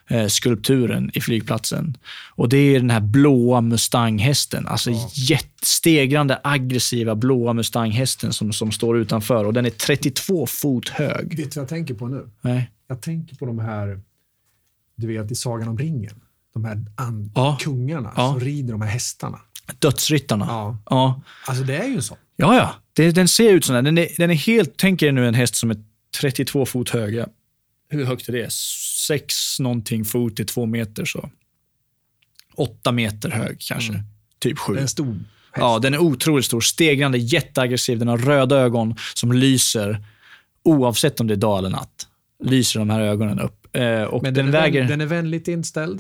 eh, skulpturen i flygplatsen. Och det är den här blåa Mustang-hästen. Alltså Ja. jättestegrande, aggressiva blåa Mustang-hästen som, som står utanför. Och den är trettiotvå fot hög. Vet du vad jag tänker på nu? Nej. Jag tänker på de här, du vet, i Sagan om ringen. De här an- Ja. kungarna Ja. som rider de här hästarna. Dödsryttarna. Ja. Ja. Alltså det är ju så. Ja, ja. Det, den ser ut sån här. Den är, den är helt, tänker er nu en häst som är trettiotvå fot hög. Ja. Hur högt är det? Sex någonting fot i två meter så. Åtta meter hög kanske. Mm. Typ sju. Det är en stor häst. Ja, den är otroligt stor. Stegrande, jätteaggressiv. Den har röda ögon som lyser oavsett om det är dag eller natt. Lyser de här ögonen upp. Eh, och Men den, den, är väger... vän, den är vänligt inställd.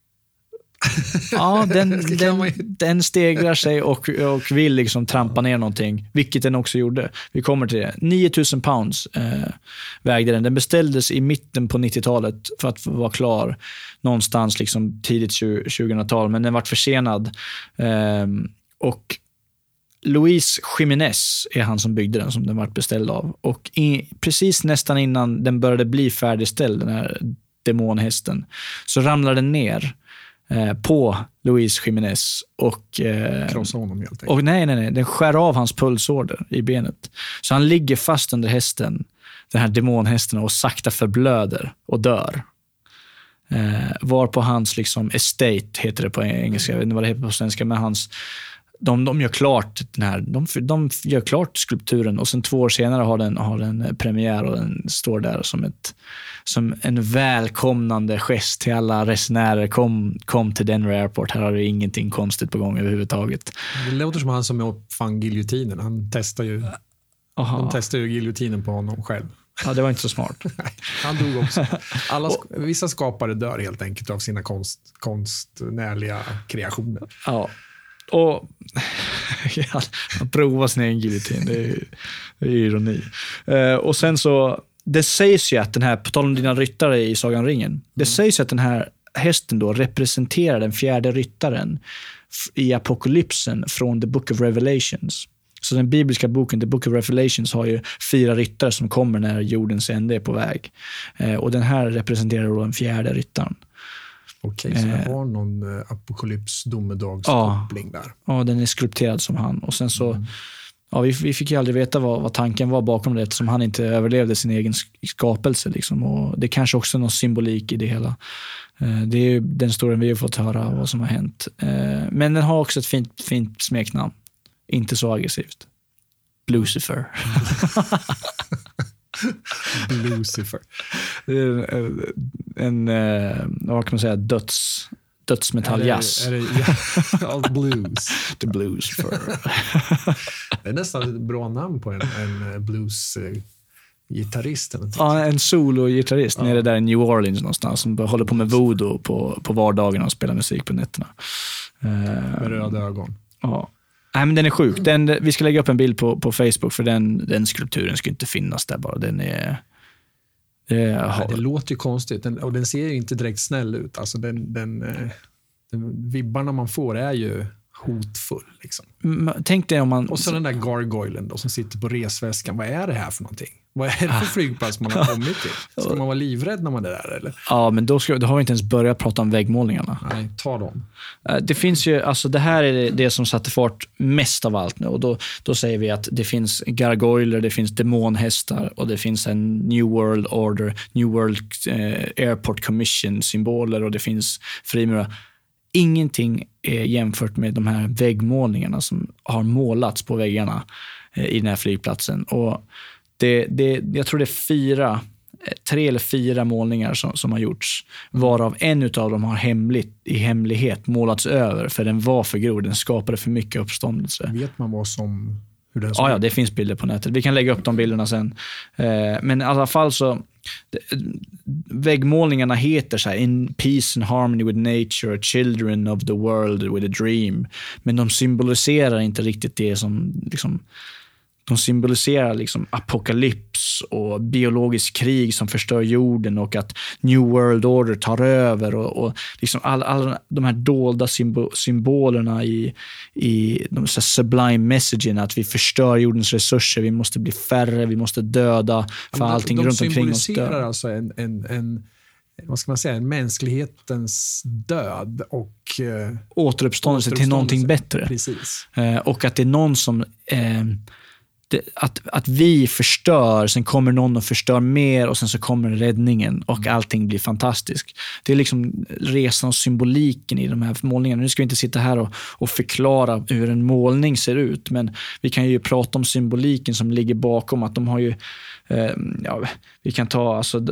Ja, den, Det kan den, man ju- den stegrar sig och, och vill liksom trampa ner någonting, vilket den också gjorde. Vi kommer till det. nio tusen pounds eh, vägde den. Den beställdes i mitten på nittiotalet för att vara klar någonstans liksom tidigt tjugohundratal, men den var försenad. Eh, och Luis Jiménez är han som byggde den, som den var beställd av. Och i, precis nästan innan den började bli färdigställd, den här demonhästen, så ramlade den ner eh, på Luis Jiménez och, eh, Krossa honom helt enkelt. och nej, nej, nej, den skär av hans pulsåder i benet. Så han ligger fast under hästen, den här demonhästen, och sakta förblöder och dör. Eh, var på hans liksom estate, heter det på engelska, jag vet inte vad det heter på svenska, men hans De, de gör klart den här, de, de gör klart skulpturen och sen två år senare har den, har den premiär och den står där som, ett, som en välkomnande gest till alla resenärer. Kom, kom till Denver Airport, här har du ingenting konstigt på gång överhuvudtaget. Det låter som han som uppfann giljotinen. Han testar ju, Aha. de testar ju giljotinen på honom själv. Ja, det var inte så smart. Han dog också. Alla, sk- vissa skapare dör helt enkelt av sina konst, konstnärliga kreationer. Ja. Och ja, han provar sin egen giljotin. Det är, det är ironi. Eh, och sen så, det sägs ju att den här, på tal om dina ryttare i Sagan om ringen, det sägs att den här hästen då representerar den fjärde ryttaren f- i apokalypsen från The Book of Revelations. Så den bibliska boken The Book of Revelations har ju fyra ryttare som kommer när jordens ände är på väg. Eh, och den här representerar då den fjärde ryttaren. Okej, så det Eh. var någon uh, apokalyps domedagskoppling Ja. där. Ja, den är skulpterad som han. Och sen så, Mm. ja, vi, vi fick ju aldrig veta vad, vad tanken var bakom det, eftersom han inte överlevde sin egen sk- skapelse. Liksom. Och det är kanske också någon symbolik i det hela. Eh, det är ju den storyn vi har fått höra vad som har hänt. Eh, men den har också ett fint, fint smeknamn. Inte så aggressivt. Lucifer. Lucifer. Det är en, en, en vad kan man säga, döds, dödsmetalljazz. Är det, är det, ja, blues. The Blucifer. Det är nästan ett bra namn på en, en blues-gitarrist. Ja, en solo-gitarrist Ja. nere där i New Orleans någonstans som håller på med voodoo på, på vardagarna och spelar musik på nätterna. Med Uh, röda ögon. ja. Nej, men den är sjuk. Den, vi ska lägga upp en bild på, på Facebook, för den, den skulpturen ska inte finnas där bara. Den är... Det, är, Nej, det låter ju konstigt. Den, och den ser ju inte direkt snäll ut. Alltså den, den, eh, den vibbarna man får är ju hotfull. Liksom. M- tänk dig om man... Och så den där gargoylen då, som sitter på resväskan. Vad är det här för någonting? Vad är det för flygplats man har kommit till? Ska man vara livrädd när man är där? Eller? Ja, men då, ska, då har vi inte ens börjat prata om väggmålningarna. Nej, ta dem. Eh, Det finns ju, alltså det här är det, det som satte fart mest av allt nu, och då, då säger vi att det finns gargoyler, det finns demonhästar och det finns en New World Order, New World eh, Airport Commission symboler och det finns frimurar. Ingenting är jämfört med de här väggmålningarna som har målats på väggarna eh, i den här flygplatsen. Och det, det, jag tror det är fyra tre eller fyra målningar som, som har gjorts, varav en utav dem har hemligt, i hemlighet målats över, för den var för grov, den skapade för mycket uppståndelse. Vet man vad som, hur den såg Ja, ja, ut? det finns bilder på nätet. Vi kan lägga upp de bilderna sen. Eh, men i alla fall så, det, väggmålningarna heter så här: In peace and harmony with nature, children of the world with a dream. Men de symboliserar inte riktigt det som liksom, de symboliserar liksom apokalyps och biologisk krig som förstör jorden, och att New World Order tar över, och, och liksom alla, alla de här dolda symbol, symbolerna i, i de så sublime messagen, att vi förstör jordens resurser, vi måste bli färre, vi måste döda för Ja, allting de runt omkring oss symboliserar dör. alltså en, en, en, vad ska man säga, mänsklighetens död och eh, återuppståndelse till någonting bättre. Precis. Eh, och att det är någon som eh, det, att, att vi förstör, sen kommer någon och förstör mer och sen så kommer räddningen och mm. allting blir fantastiskt. Det är liksom resan och symboliken i de här målningarna. Nu ska vi inte sitta här och, och förklara hur en målning ser ut, men vi kan ju prata om symboliken som ligger bakom, att de har ju eh, ja, vi kan ta alltså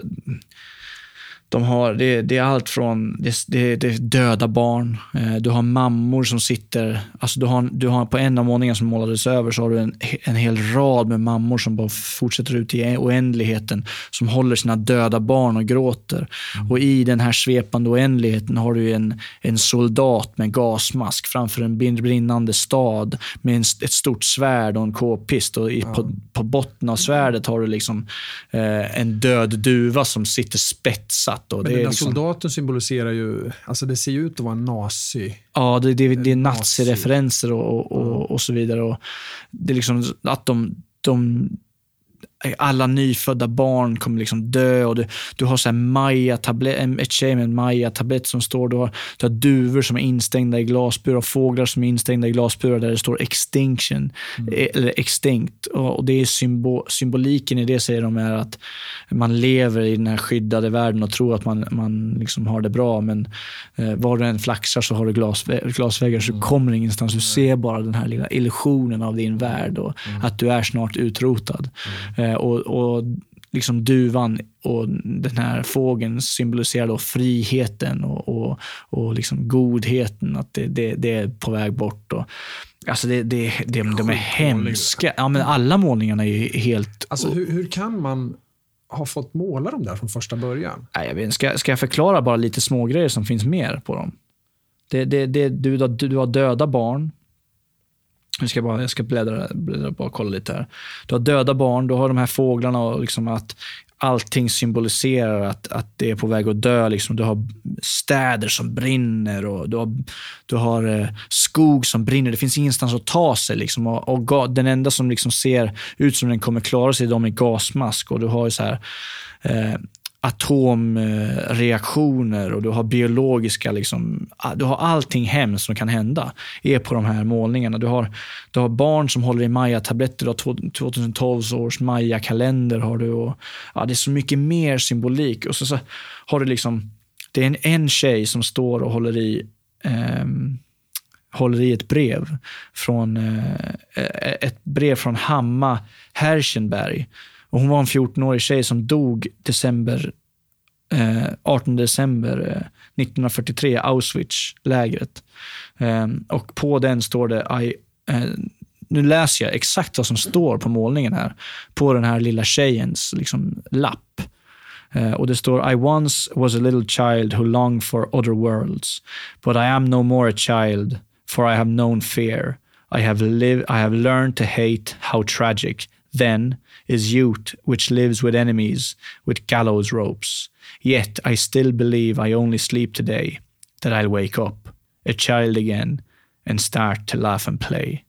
De har, det, det är allt från det, det, det är döda barn. Eh, du har mammor som sitter, alltså du har, du har på en av målningarna som målades över så har du en, en hel rad med mammor som bara fortsätter ut i oändligheten, som håller sina döda barn och gråter. Mm. Och i den här svepande oändligheten har du en, en soldat med gasmask framför en brinnande stad med en, ett stort svärd och en k-pist, och i, ja. på, på botten av svärdet har du liksom eh, en död duva som sitter spetsat. Men det den där liksom, soldaten symboliserar ju, alltså det ser ju ut att vara en nazi. Ja, det, det, det är nazi-referenser och, och, och, och så vidare. Och det är liksom att de, de alla nyfödda barn kommer liksom dö, och du, du har så här Maya-tablett, ett tjej med en Maya-tablett som står, du har, du har duvor som är instängda i glasburar och fåglar som är instängda i glasburar där det står extinction mm. eller extinct, och, och det är symbol, symboliken i det, säger de, är att man lever i den här skyddade världen och tror att man, man liksom har det bra, men eh, var du än flaxar så har du glas, glasväggar så mm. kommer ingenstans, du ser bara den här lilla illusionen av din värld och mm. att du är snart utrotad. Mm. Och, och liksom duvan och den här fågeln symboliserar då friheten och, och, och liksom godheten, att det, det, det är på väg bort. Och, alltså det, det, det, de är hemska. Ja, men alla målningarna är helt... Alltså hur, hur kan man ha fått måla dem där från första början? Nej, jag vet, ska, ska jag förklara bara lite små grejer som finns mer på dem? Det, det, det, du, du, du har döda barn. Jag ska bara jag ska bläddra, bläddra bara kolla lite här. Du har döda barn, du har de här fåglarna och liksom att allting symboliserar att, att det är på väg att dö. Liksom. Du har städer som brinner och du har, du har eh, skog som brinner. Det finns ingenstans att ta sig. Liksom. Och, och ga, den enda som liksom ser ut som den kommer klara sig, de är gasmask. Och du har ju så här... Eh, atomreaktioner och du har biologiska liksom, du har allting hemskt som kan hända är på de här målningarna. Du har, du har barn som håller i Maya-tabletter, du har tjugohundratolv års Maya-kalender har du, och ja, det är så mycket mer symbolik. Och så, så har du liksom, det är en, en tjej som står och håller i eh, håller i ett brev från eh, ett brev från Hamma Herschenberg. Och hon var en fjorton-årig tjej som dog december, eh, artonde december eh, nittonhundrafyrtiotre i Auschwitz-lägret. Eh, och på den står det, I, eh, nu läser jag exakt vad som står på målningen här, på den här lilla tjejens liksom, lapp. Eh, och det står, I once was a little child who longed for other worlds, but I am no more a child, for I have known fear. I have, lived, I have learned to hate how tragic then is youth which lives with enemies with gallows ropes. Yet I still believe I only sleep today, that I'll wake up a child again and start to laugh and play.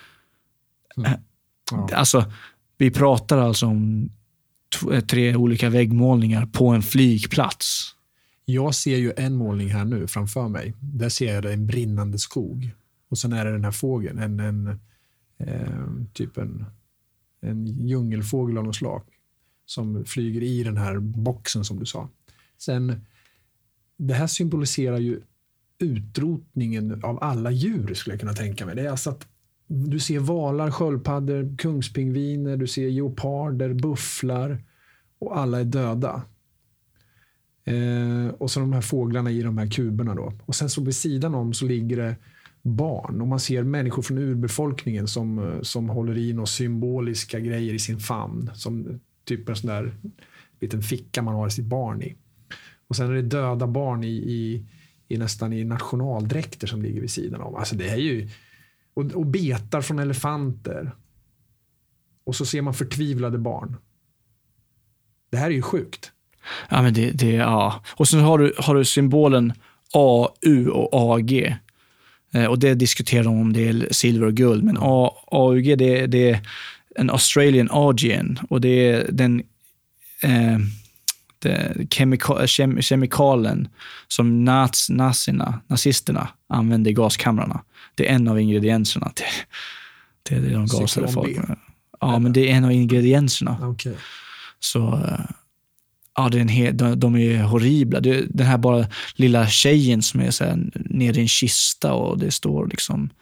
Mm. Ja. Alltså, vi pratar alltså om t- tre olika väggmålningar på en flygplats. Jag ser ju en målning här nu framför mig. Där ser jag en brinnande skog. Och sen är det den här fågeln, en, en eh, typ en en djungelfågel av något slag som flyger i den här boxen som du sa. Sen, det här symboliserar ju utrotningen av alla djur, skulle jag kunna tänka mig. Det är alltså att du ser valar, sköldpaddor, kungspingviner, du ser geoparder, bufflar och alla är döda. Eh, och så de här fåglarna i de här kuberna då. Och sen så vid sidan om så ligger det barn, och man ser människor från urbefolkningen som, som håller i några symboliska grejer i sin famn, som typ en sån där liten ficka man har sitt barn i. Och sen är det döda barn i, i, i nästan i nationaldräkter som ligger vid sidan om. Alltså det är ju, och, och betar från elefanter. Och så ser man förtvivlade barn. Det här är ju sjukt. Ja, men det, det ja. Och sen har du, har du symbolen A U och A G. Och det diskuterar de om det är silver och guld. Men A U G det, det är en Australian Augean. Och det är den, eh, det, kemika, kem, kemikalen som naz, nazierna, nazisterna använde i gaskamrarna. Det är en av ingredienserna till, till det de gasade folk. Ja, men det är en av ingredienserna. Okay. Så ja, det är en he- de, de är horribla. Det, den här bara lilla tjejen som är så här, nere i en kista och det står liksom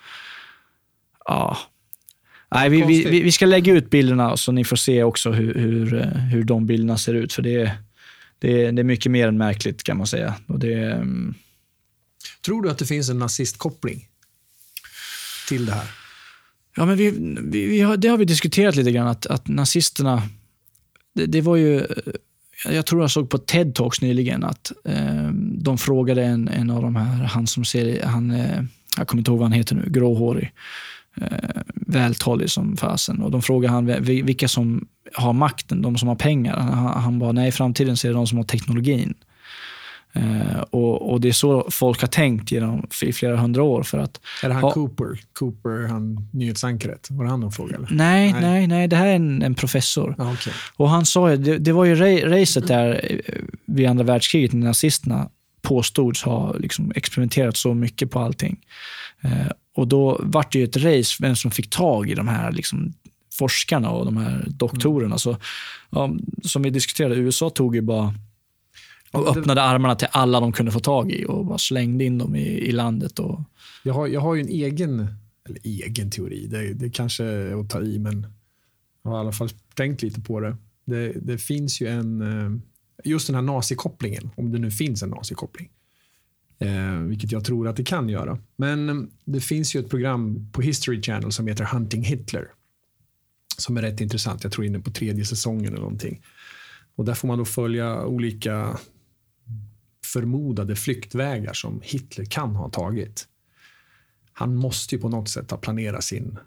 ja. Nej, vi, vi, vi ska lägga ut bilderna så ni får se också hur, hur, hur de bilderna ser ut. För det är, det är, det är mycket mer än märkligt kan man säga. Och det är, um... Tror du att det finns en nazistkoppling till det här? Ja, men vi, vi, vi har, det har vi diskuterat lite grann. Att, att nazisterna, det, det var ju, jag tror jag såg på TED Talks nyligen att eh, de frågade en, en av de här, han som ser, han, eh, jag kommer inte ihåg vad han heter nu, gråhårig. Eh, vältalig som fasen och de frågar han vilka som har makten, de som har pengar. Han, han bara, nej, i framtiden så är det de som har teknologin. Eh, och, och det är så folk har tänkt genom i flera hundra år för att är det han ha, Cooper? Cooper, han nyhetsankaret. Var det han de frågade? Nej, nej, nej, nej, det här är en, en professor. Ah, okay. Och han sa ju, det, det var ju racet där vid andra världskriget när nazisterna påstods ha liksom experimenterat så mycket på allting. Eh, Och då var det ju ett race vem som fick tag i de här liksom, forskarna och de här doktorerna. Mm. Så, ja, som vi diskuterade, U S A tog ju bara och öppnade armarna till alla de kunde få tag i och bara slängde in dem i, i landet. Och... Jag, har, jag har ju en egen, eller egen teori, det, det kanske är att ta i, men jag har i alla fall tänkt lite på det. Det, det finns ju en, just den här nazikopplingen, om det nu finns en nazikoppling. Eh, vilket jag tror att det kan göra. Men eh, det finns ju ett program på History Channel som heter Hunting Hitler. Som är rätt intressant. Jag tror inne på tredje säsongen eller någonting. Och där får man då följa olika förmodade flyktvägar som Hitler kan ha tagit. Han måste ju på något sätt ha planerat sin,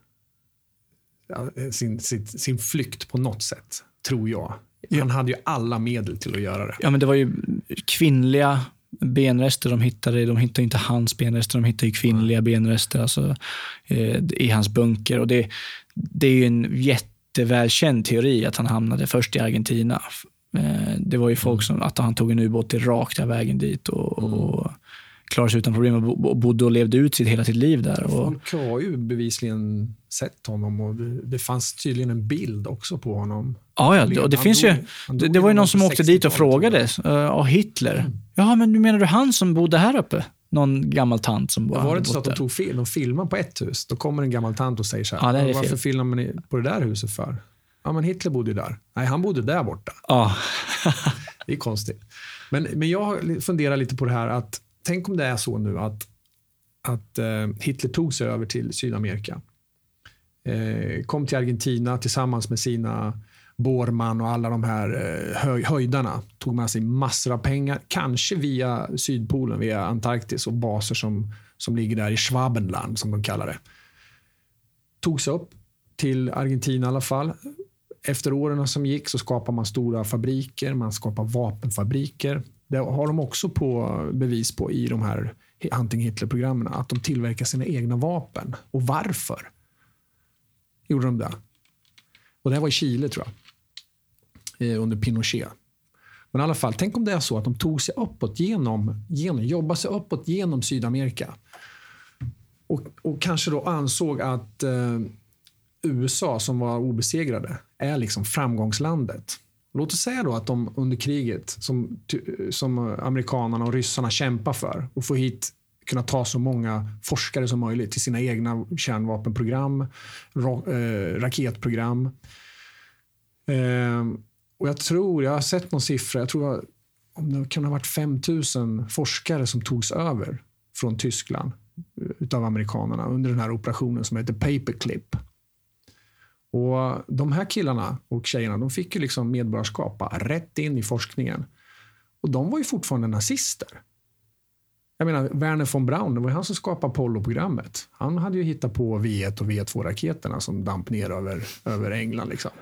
sin, sin, sin flykt på något sätt, tror jag. Han hade ju alla medel till att göra det. Ja, men det var ju kvinnliga benrester de hittade. De hittade inte hans benrester, de hittade ju kvinnliga mm. benrester alltså, eh, i hans bunker. Och det, det är ju en jättevälkänd teori att han hamnade först i Argentina. Eh, det var ju folk som, att han tog en ubåt rakt där vägen dit och, mm. och klarade sig utan problem och bodde och levde ut sitt, hela sitt liv där. Och... Folk har ju bevisligen sett honom och det, det fanns tydligen en bild också på honom. Ja, ja, och det finns dog, ju det, det var ju någon som åkte dit och frågade uh, Hitler. Mm. Ja, men du menar du han som bodde här uppe? Någon gammal tant som bara var det inte så att de tog film, de filmar på ett hus. Då kommer en gammal tant och säger så här, ja, varför filmar man på det där huset för? Ja, men Hitler bodde ju där. Nej, han bodde där borta. Ja. Det är konstigt. Men, men jag funderar lite på det här att tänk om det är så nu att, att uh, Hitler tog sig över till Sydamerika. Eh, kom till Argentina tillsammans med sina Borman och alla de här eh, höj, höjdarna. Tog med sig massor av pengar. Kanske via Sydpolen, via Antarktis och baser som, som ligger där i Schwabenland som de kallar det. Tog sig upp till Argentina i alla fall. Efter åren som gick så skapar man stora fabriker. Man skapar vapenfabriker. Det har de också på bevis på i de här Hunting Hitler-programmen. Att de tillverkar sina egna vapen. Och varför? Gjorde de det. Och det här var i Chile tror jag. Eh, under Pinochet. Men i alla fall, tänk om det är så att de tog sig uppåt genom, genom jobbade sig uppåt genom Sydamerika. Och, och kanske då ansåg att eh, U S A som var obesegrade är liksom framgångslandet. Låt oss säga då att de under kriget som, som amerikanerna och ryssarna kämpar för och få hit kunna ta så många forskare som möjligt till sina egna kärnvapenprogram, ra, eh, raketprogram. Eh, och jag tror, jag har sett någon siffra, jag tror om det kan ha varit fem tusen forskare som togs över från Tyskland utav amerikanerna under den här operationen som heter Paperclip. Och de här killarna och tjejerna, de fick ju liksom medborgarskap rätt in i forskningen. Och de var ju fortfarande nazister. Jag menar, Werner von Braun, det var han som skapade Apollo-programmet. Han hade ju hittat på V ett och V två-raketerna som damp ner över, över England. Liksom.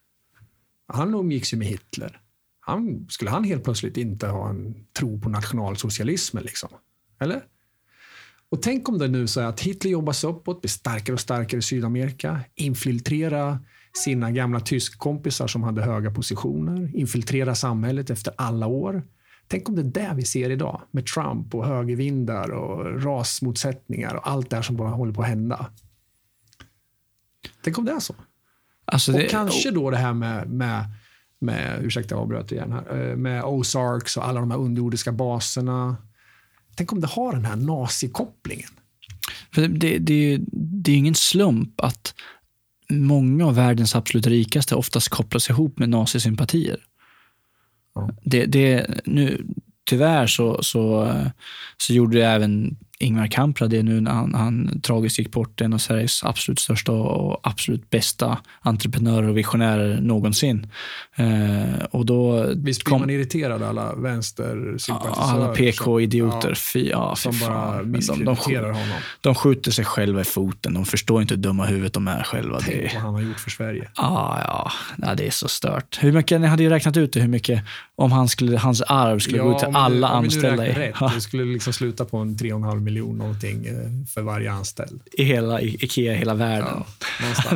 Han umgicks ju med Hitler. Han, skulle han helt plötsligt inte ha en tro på nationalsocialismen? Liksom? Eller? Och tänk om det nu så är att Hitler jobbar sig uppåt, blir starkare och starkare i Sydamerika, infiltrera sina gamla tyskkompisar som hade höga positioner, infiltrera samhället efter alla år. Tänk om det är det vi ser idag med Trump och högervindar och rasmotsättningar och allt det här som bara håller på att hända. Tänk om det är så. Alltså och det, kanske då det här med, med, med ursäkta jag avbröt igen här, med Ozarks och alla de här underjordiska baserna. Tänk om det har den här nazikopplingen. För det, det, det, det är ingen slump att många av världens absolut rikaste oftast kopplas ihop med nazisympatier. Ja. Det, det, nu, tyvärr så, så, så gjorde även Ingvar Kamprad det nu när han, han tragiskt gick bort, en av Sveriges absolut största och absolut bästa entreprenörer och visionärer någonsin. Eh, och då Visst blir kom, man irriterad alla vänstersympatisörer. Alla P K-idioter. Ja, ja, som bara misskrediterar de, de, honom. De skjuter sig själva i foten. De förstår inte hur dumma huvudet de är själva. Tänk det, vad han har gjort för Sverige. Ah, ja, ja, det är så stört. Hur mycket, ni hade ju räknat ut det, hur mycket om han skulle, hans arv skulle ja, gå ut till alla nu, anställda. I, rätt, det skulle liksom sluta på en tre och en halv miljon någonting för varje anställd. I hela i Ikea, hela världen. Ja,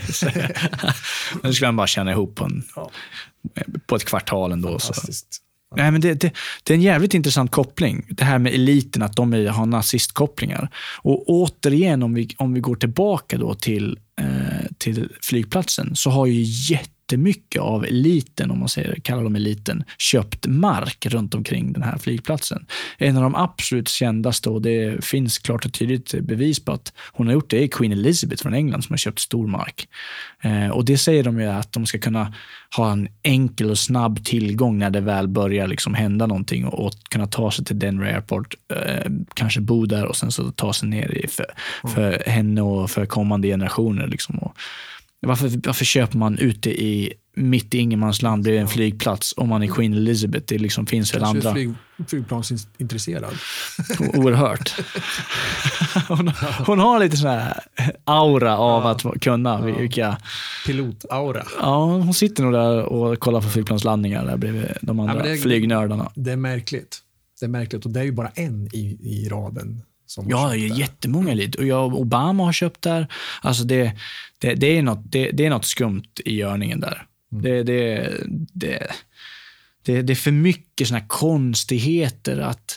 nu skulle han bara känna ihop på, en, ja. på ett kvartal ändå. Så. Nej, men det, det, det är en jävligt intressant koppling. Det här med eliten, att de är, har nazistkopplingar. Och återigen, om vi, om vi går tillbaka då till, eh, till flygplatsen, så har ju jättemycket av eliten, om man säger, kallar dem eliten, köpt mark runt omkring den här flygplatsen. En av de absolut kändaste, och det finns klart och tydligt bevis på att hon har gjort det, är Queen Elizabeth från England som har köpt stor mark. Eh, och det säger de ju att de ska kunna ha en enkel och snabb tillgång när det väl börjar liksom hända någonting, och, och kunna ta sig till Denver Airport, eh, kanske bo där och sen så ta sig ner i för, för henne och för kommande generationer liksom. Och varför, varför köper man ute i mitt i ingenmansland blir en flygplats om man är Queen Elizabeth? Det liksom finns väl andra. Flyg, flygplansintresserad. Oerhört. hon, hon har lite sån här aura av ja. att kunna. Ja. Vilka, Pilot-aura. Ja, hon sitter nog där och kollar på flygplanslandningar där bredvid de andra ja, det är, flygnördarna. Det är märkligt. Det är märkligt och det är ju bara en i, i raden. Ja, det är jättemånga elit. Och jag, Obama har köpt där. Alltså det, det, det, är något, det, det är något skumt i görningen där. Mm. Det, det, det, det, det är för mycket såna här konstigheter att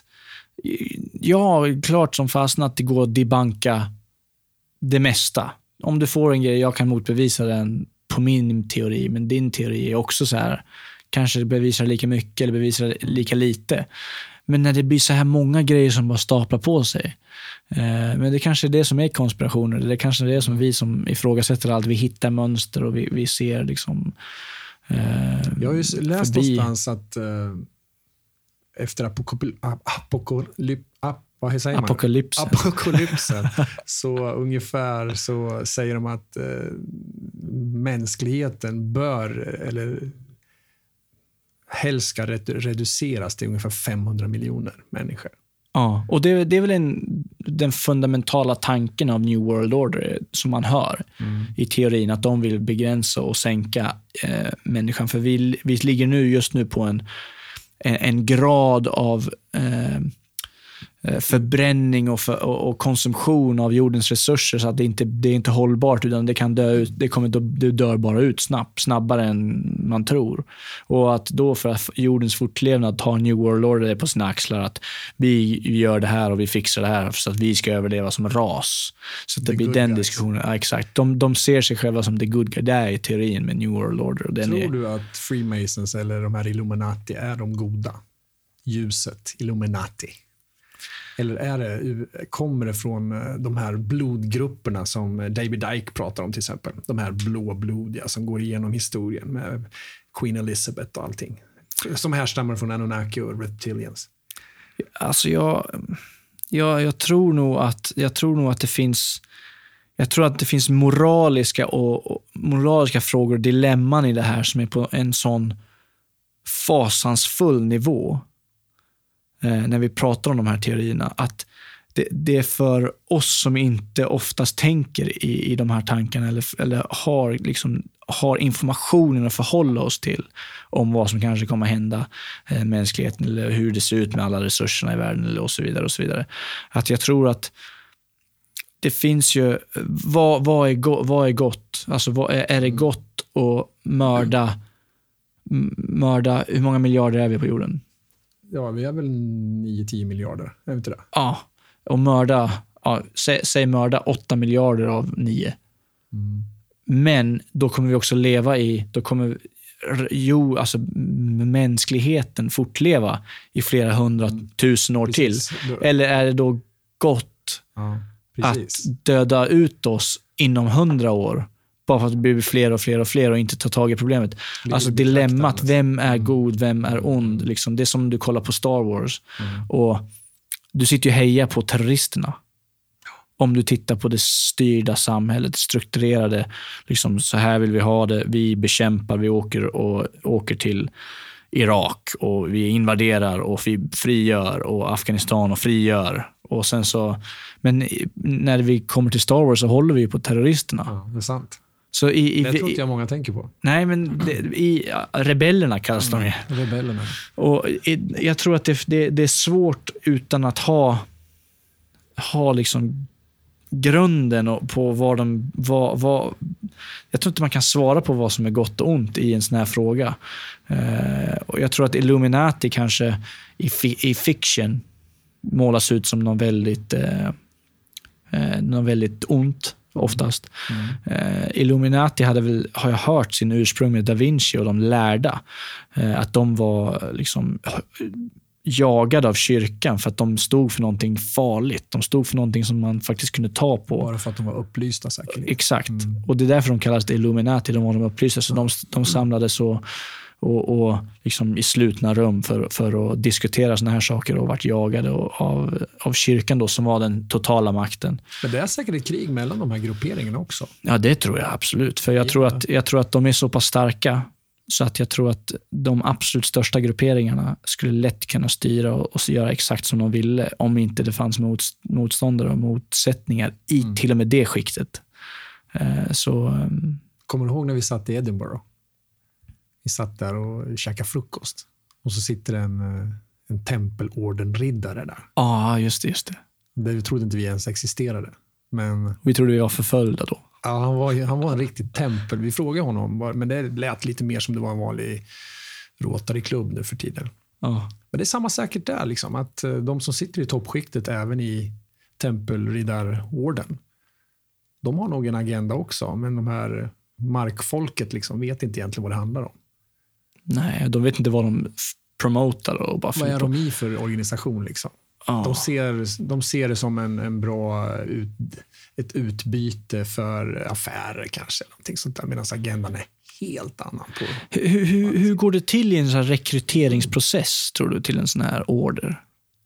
ja, klart som fastnat att det går att debanka det mesta. Om du får en grej, jag kan motbevisa den på min teori, men din teori är också så här, kanske bevisar lika mycket eller bevisar lika lite. Men när det blir så här många grejer som bara staplar på sig. Eh, men det kanske är det som är konspirationer. Det är kanske är det som vi som ifrågasätter allt. Vi hittar mönster och vi, vi ser liksom eh, jag har ju läst förbi. Någonstans att eh, efter apokalyp, apokalyp, ap, vad säger man? Apokalypsen. Apokalypsen så ungefär så säger de att eh, mänskligheten bör eller helst ska reduceras till ungefär femhundra miljoner människor. Ja, och det, det är väl en, den fundamentala tanken av New World Order som man hör mm. i teorin, att de vill begränsa och sänka eh, människan. För vi, vi ligger nu just nu på en, en, en grad av eh, förbränning och, för, och, och konsumtion av jordens resurser så att det inte det är inte hållbart, utan det kan dö ut, det kommer det dör bara ut snabbt, snabbare än man tror. Och att då för att jordens fortlevnad tar New World Order på sina axlar att vi gör det här och vi fixar det här så att vi ska överleva som ras. Så att det the blir den guys. diskussionen. Ja, exakt. De, de ser sig själva som the good guy. Det är i teorin med New World Order. Den tror är... du att Freemasons eller de här Illuminati är de goda? Ljuset, Illuminati. Eller är det, kommer det från de här blodgrupperna som David Icke pratar om till exempel? De här blåblodiga som går igenom historien med Queen Elizabeth och allting. Som härstammar från Anunnaki och Reptilians. Alltså jag, jag, jag, tror nog att, jag tror nog att det finns... Jag tror att det finns moraliska, och, och moraliska frågor och dilemman i det här som är på en sån fasansfull nivå. Eh, när vi pratar om de här teorierna, att det, det är för oss som inte oftast tänker i, i de här tankarna eller, eller har, liksom, har informationen att förhålla oss till om vad som kanske kommer hända eh, mänskligheten eller hur det ser ut med alla resurserna i världen eller och så vidare och så vidare. Att jag tror att det finns ju, vad, vad, är, go, vad är gott? Alltså vad är, är det gott att mörda, mörda, hur många miljarder är vi på jorden? Ja, vi är väl nio till tio miljarder, är vi inte det? Ja, och mörda, ja, sä, säg mörda åtta miljarder av nio. Mm. Men då kommer vi också leva i, då kommer jo, alltså mänskligheten fortleva i flera hundratusen år Precis. till. Eller är det då gott Ja, att döda ut oss inom hundra år bara för att det blir fler och fler och fler och inte ta tag i problemet? Alltså dilemmat, vem är god, vem är ond? Liksom, det är som du kollar på Star Wars Mm. och du sitter ju och hejar på terroristerna. Om du tittar på det styrda samhället, det strukturerade, liksom så här vill vi ha det, vi bekämpar, vi åker och åker till Irak och vi invaderar och vi frigör och Afghanistan och frigör och sen så, men när vi kommer till Star Wars så håller vi på terroristerna. Ja, det är sant. Så i, i, Det tror inte jag många tänker på. Nej, men det, i ja, rebellerna kallas de ju. Rebellerna. Och i, jag tror att det, det, det är svårt utan att ha ha liksom grunden och på vad de vad, vad, jag tror inte man kan svara på vad som är gott och ont i en sån här fråga. Eh, och jag tror att Illuminati kanske i, fi, i fiction målas ut som någon väldigt eh, eh, någon väldigt ont oftast. Mm. Eh, Illuminati hade väl, har jag hört, sin ursprung med Da Vinci och de lärda. Eh, att de var liksom jagade av kyrkan för att de stod för någonting farligt. De stod för någonting som man faktiskt kunde ta på. Bara för att de var upplysta säkert. Exakt. Mm. Och det är därför de kallas det Illuminati. De var de upplysta. Så de, de samlades och, och, och liksom i slutna rum för, för att diskutera såna här saker och varit jagade av, av kyrkan då, som var den totala makten. Men det är säkert ett krig mellan de här grupperingarna också. Ja, det tror jag absolut. För jag, ja. tror, att, jag tror att de är så pass starka så att jag tror att de absolut största grupperingarna skulle lätt kunna styra och, och göra exakt som de ville om inte det fanns mot, motståndare och motsättningar i mm. till och med det skiktet. Eh, så, um... Kommer du ihåg när vi satt i Edinburgh? Vi satt där och käkade frukost. Och så sitter en, en tempelordenriddare där. Ja, ah, just det, just det. Det vi trodde inte vi ens existerade. Men... Vi trodde vi var förföljda då. Ja, han var, han var en riktig tempel. Vi frågade honom, men det lät lite mer som det var en vanlig Rotary-klubb nu för tiden. Ja. Men det är samma säkert där, liksom, att de som sitter i toppskiktet även i tempelriddarorden, de har nog en agenda också, men de här markfolket liksom vet inte egentligen vad det handlar om. Nej, de vet inte vad de promotar och bara vad är de i för organisation liksom? Oh. De, ser, de ser det som en, en bra ut, ett utbyte för affärer kanske, någonting sånt där, medan agendan är helt annan. På hur, hur, hur går det till i en sån här rekryteringsprocess, tror du, till en sån här order?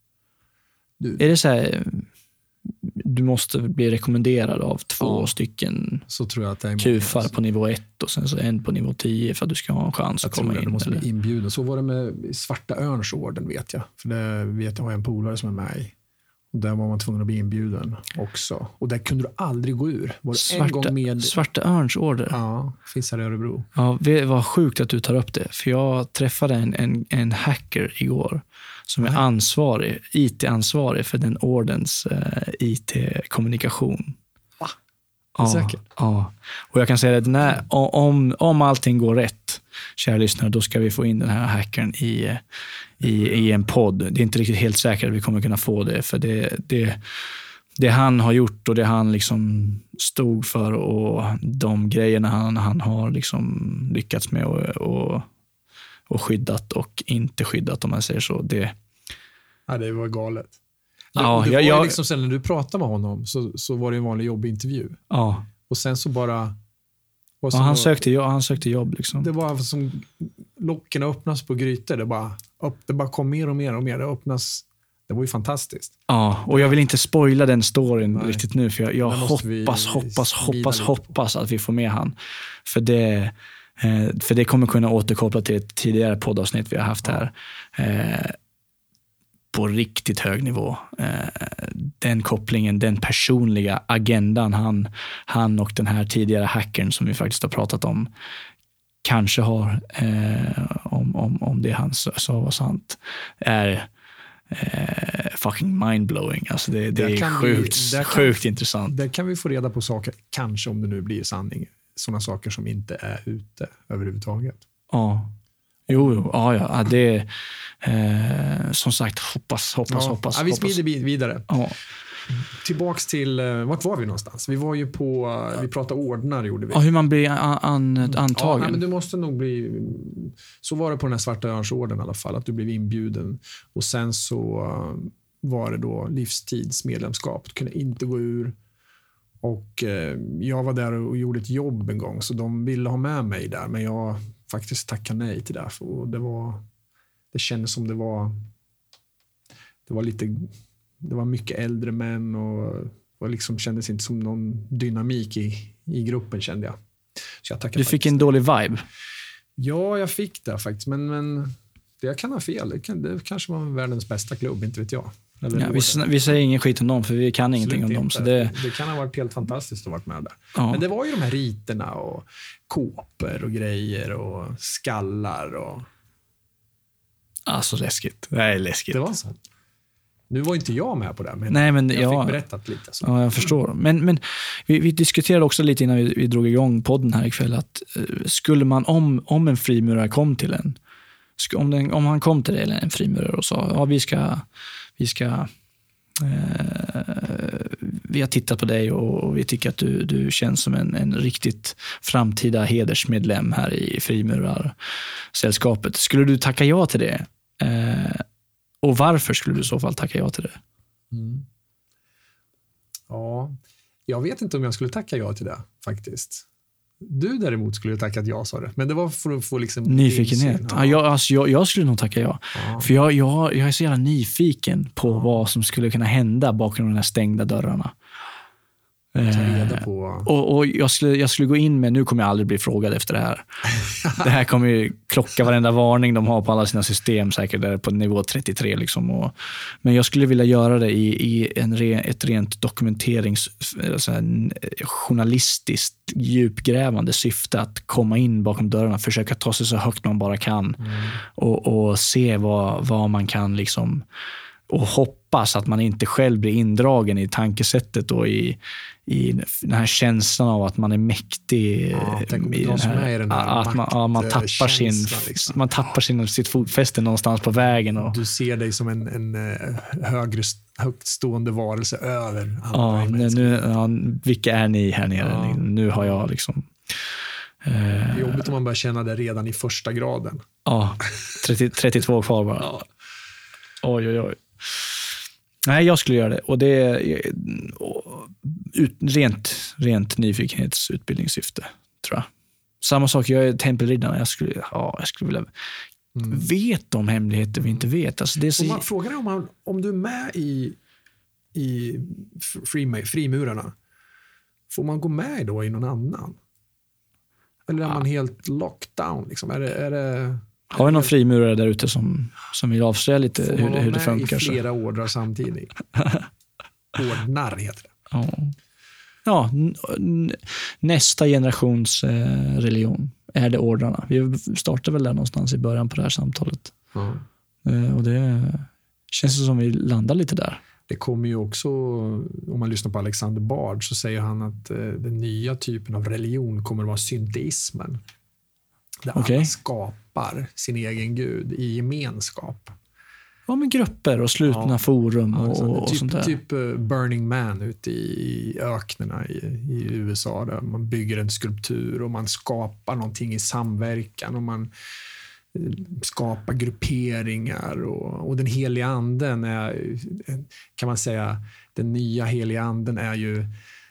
Du, är det så här, du måste bli rekommenderad av två ja, stycken så tror jag att det är kufar på nivå ett och sen så en på nivå tio för att du ska ha en chans jag att komma in. Du måste bli inbjuden. Så var det med Svarta Örnsorden, vet jag. För det vet jag har en polare som är med i. Och där var man tvungen att bli inbjuden också. Och där kunde du aldrig gå ur. Var Svarta, en gång med... Svarta Örnsorder? Ja, finns här i Örebro. Ja, det var sjukt att du tar upp det. För jag träffade en, en, en hacker igår som är ansvarig, I T-ansvarig för den ordens eh, I T-kommunikation. Va? Ja, säkert. Ja. Och jag kan säga att när, om, om allting går rätt, kära lyssnare, då ska vi få in den här hackern i, i, i en podd. Det är inte riktigt helt säkert att vi kommer kunna få det, för det, det, det han har gjort och det han liksom stod för och de grejerna han, han har liksom lyckats med och, och, och skyddat och inte skyddat, om man säger så. Det, ja, det var galet. Ja, det var jag, liksom sen när du pratade med honom så, så var det en vanlig jobbintervju. Ja. Och sen så bara... Ja, han, sökte, han sökte jobb. Liksom. Det var som locken öppnas på grytor. Det bara, upp, det bara kom mer och mer och mer. Det öppnas... Det var ju fantastiskt. Ja, och jag vill inte spoila den storyn Nej. riktigt nu. För jag, jag hoppas, vi hoppas, hoppas, hoppas att vi får med han. För det, eh, för det kommer kunna återkoppla till ett tidigare poddavsnitt vi har haft här. Eh, på riktigt hög nivå. Eh, den kopplingen, den personliga agendan han, han och den här tidigare hackern som vi faktiskt har pratat om kanske har, eh, om, om, om det han sa var sant, är eh, fucking mindblowing. Alltså det, det är sjukt, vi, sjukt kan, intressant. Där kan vi få reda på saker, kanske om det nu blir sanning, sådana saker som inte är ute överhuvudtaget. Ja, jo, jo. Ja, ja. Det eh, som sagt, hoppas, hoppas, ja. hoppas. Ja, vi hoppas. smider vidare. Ja. Tillbaks till, vart var vi någonstans? Vi var ju på, vi pratade ordnar gjorde vi. Ja, hur man blir an, an, antagen. Ja, nej, men du måste nog bli, så var det på den här Svarta Örnsorden i alla fall, att du blev inbjuden. Och sen så var det då livstidsmedlemskap. Du kunde inte gå ur. Och eh, jag var där och gjorde ett jobb en gång, så de ville ha med mig där, men jag faktiskt tackade nej till det. Och det var, det kändes som det var, det var lite, det var mycket äldre män och, och liksom kändes inte som någon dynamik i, i gruppen, kände jag. Så jag tackade. Du fick en dålig vibe. Ja, jag fick det faktiskt, men, men det kan ha fel. Det, kan, det kanske var världens bästa klubb, inte vet jag. Ja, vi, vi säger ingen skit om dem, för vi kan ingenting om dem. Så det... det kan ha varit helt fantastiskt att vara med där. Ja. Men det var ju de här riterna och kåpor och grejer och skallar. Och... Alltså läskigt. Det är läskigt. Det var så. Nu var inte jag med på det, men, Nej, men jag ja, fick berättat lite. Så. Ja, jag förstår. Men, men vi, vi diskuterade också lite innan vi, vi drog igång podden här ikväll att uh, skulle man, om, om en frimurare kom till en, om, den, om han kom till det, eller en frimurare och sa, ja vi ska, vi ska eh, vi har tittat på dig och, och vi tycker att du, du känns som en, en riktigt framtida hedersmedlem här i frimurarsällskapet. Skulle du tacka ja till det? Eh, och varför skulle du i så fall tacka ja till det? Mm. Ja, jag vet inte om jag skulle tacka ja till det faktiskt. Du däremot skulle tackat ja, sa du. Men det var för att få liksom nyfikenhet. Ja. Ja, jag, alltså, jag, jag skulle nog tacka ja. Ja. För jag, jag, jag är så jävla nyfiken på ja. vad som skulle kunna hända bakom de här stängda dörrarna. Ta reda på. Eh, och och jag, skulle, jag skulle gå in med, nu kommer jag aldrig bli frågad efter det här. Det här kommer ju klocka varenda varning de har på alla sina system, säkert där på nivå trettiotre. Liksom. Och, men jag skulle vilja göra det i, i en re, ett rent dokumenterings, alltså en journalistiskt djupgrävande syfte att komma in bakom dörrarna, försöka ta sig så högt man bara kan mm. och, och se vad, vad man kan liksom, och hoppas att man inte själv blir indragen i tankesättet och i, i den här känslan av att man är mäktig. Ja, i den här, den här att man, ja, man tappar, sin, liksom. man tappar sin, sitt fotfäste någonstans på vägen. Och, du ser dig som en, en högre, högt stående varelse över alla. Ja, nu, ja, vilka är ni här nere? Ja. Nu har jag liksom... Det är jobbigt om man börjar känna det redan i första graden. Ja, trettio, trettiotvå kvar bara. Ja. Oj, oj, oj. Nej, jag skulle göra det. Och det är ut, rent, rent nyfikenhetsutbildningssyfte, tror jag. Samma sak, jag är tempelriddarna. Jag skulle, ja, jag skulle vilja... Mm. Vet de hemligheter vi inte vet? Alltså det är så... man, frågan är om, man, om du är med i, i fri, frimurarna. Får man gå med då i någon annan? Eller är ja. man helt lockdown? Liksom? Är det... Är det Har vi någon frimurare där ute som, som vill avslöja lite hur, hur det funkar? I flera ordrar samtidigt. Ordnar heter det. Ja, ja n- n- nästa generations eh, religion är det ordrarna. Vi startar väl där någonstans i början på det här samtalet. Mm. Eh, och det känns som vi landar lite där. Det kommer ju också, om man lyssnar på Alexander Bard så säger han att eh, den nya typen av religion kommer att vara synteismen. Där okay. alla skapar sin egen gud i gemenskap. Ja, med grupper och slutna ja. forum och, ja, och typ, sånt där. Typ Burning Man ute i öknerna i, i U S A där man bygger en skulptur och man skapar någonting i samverkan och man skapar grupperingar och, och den heliga anden är, kan man säga, den nya heliga anden är ju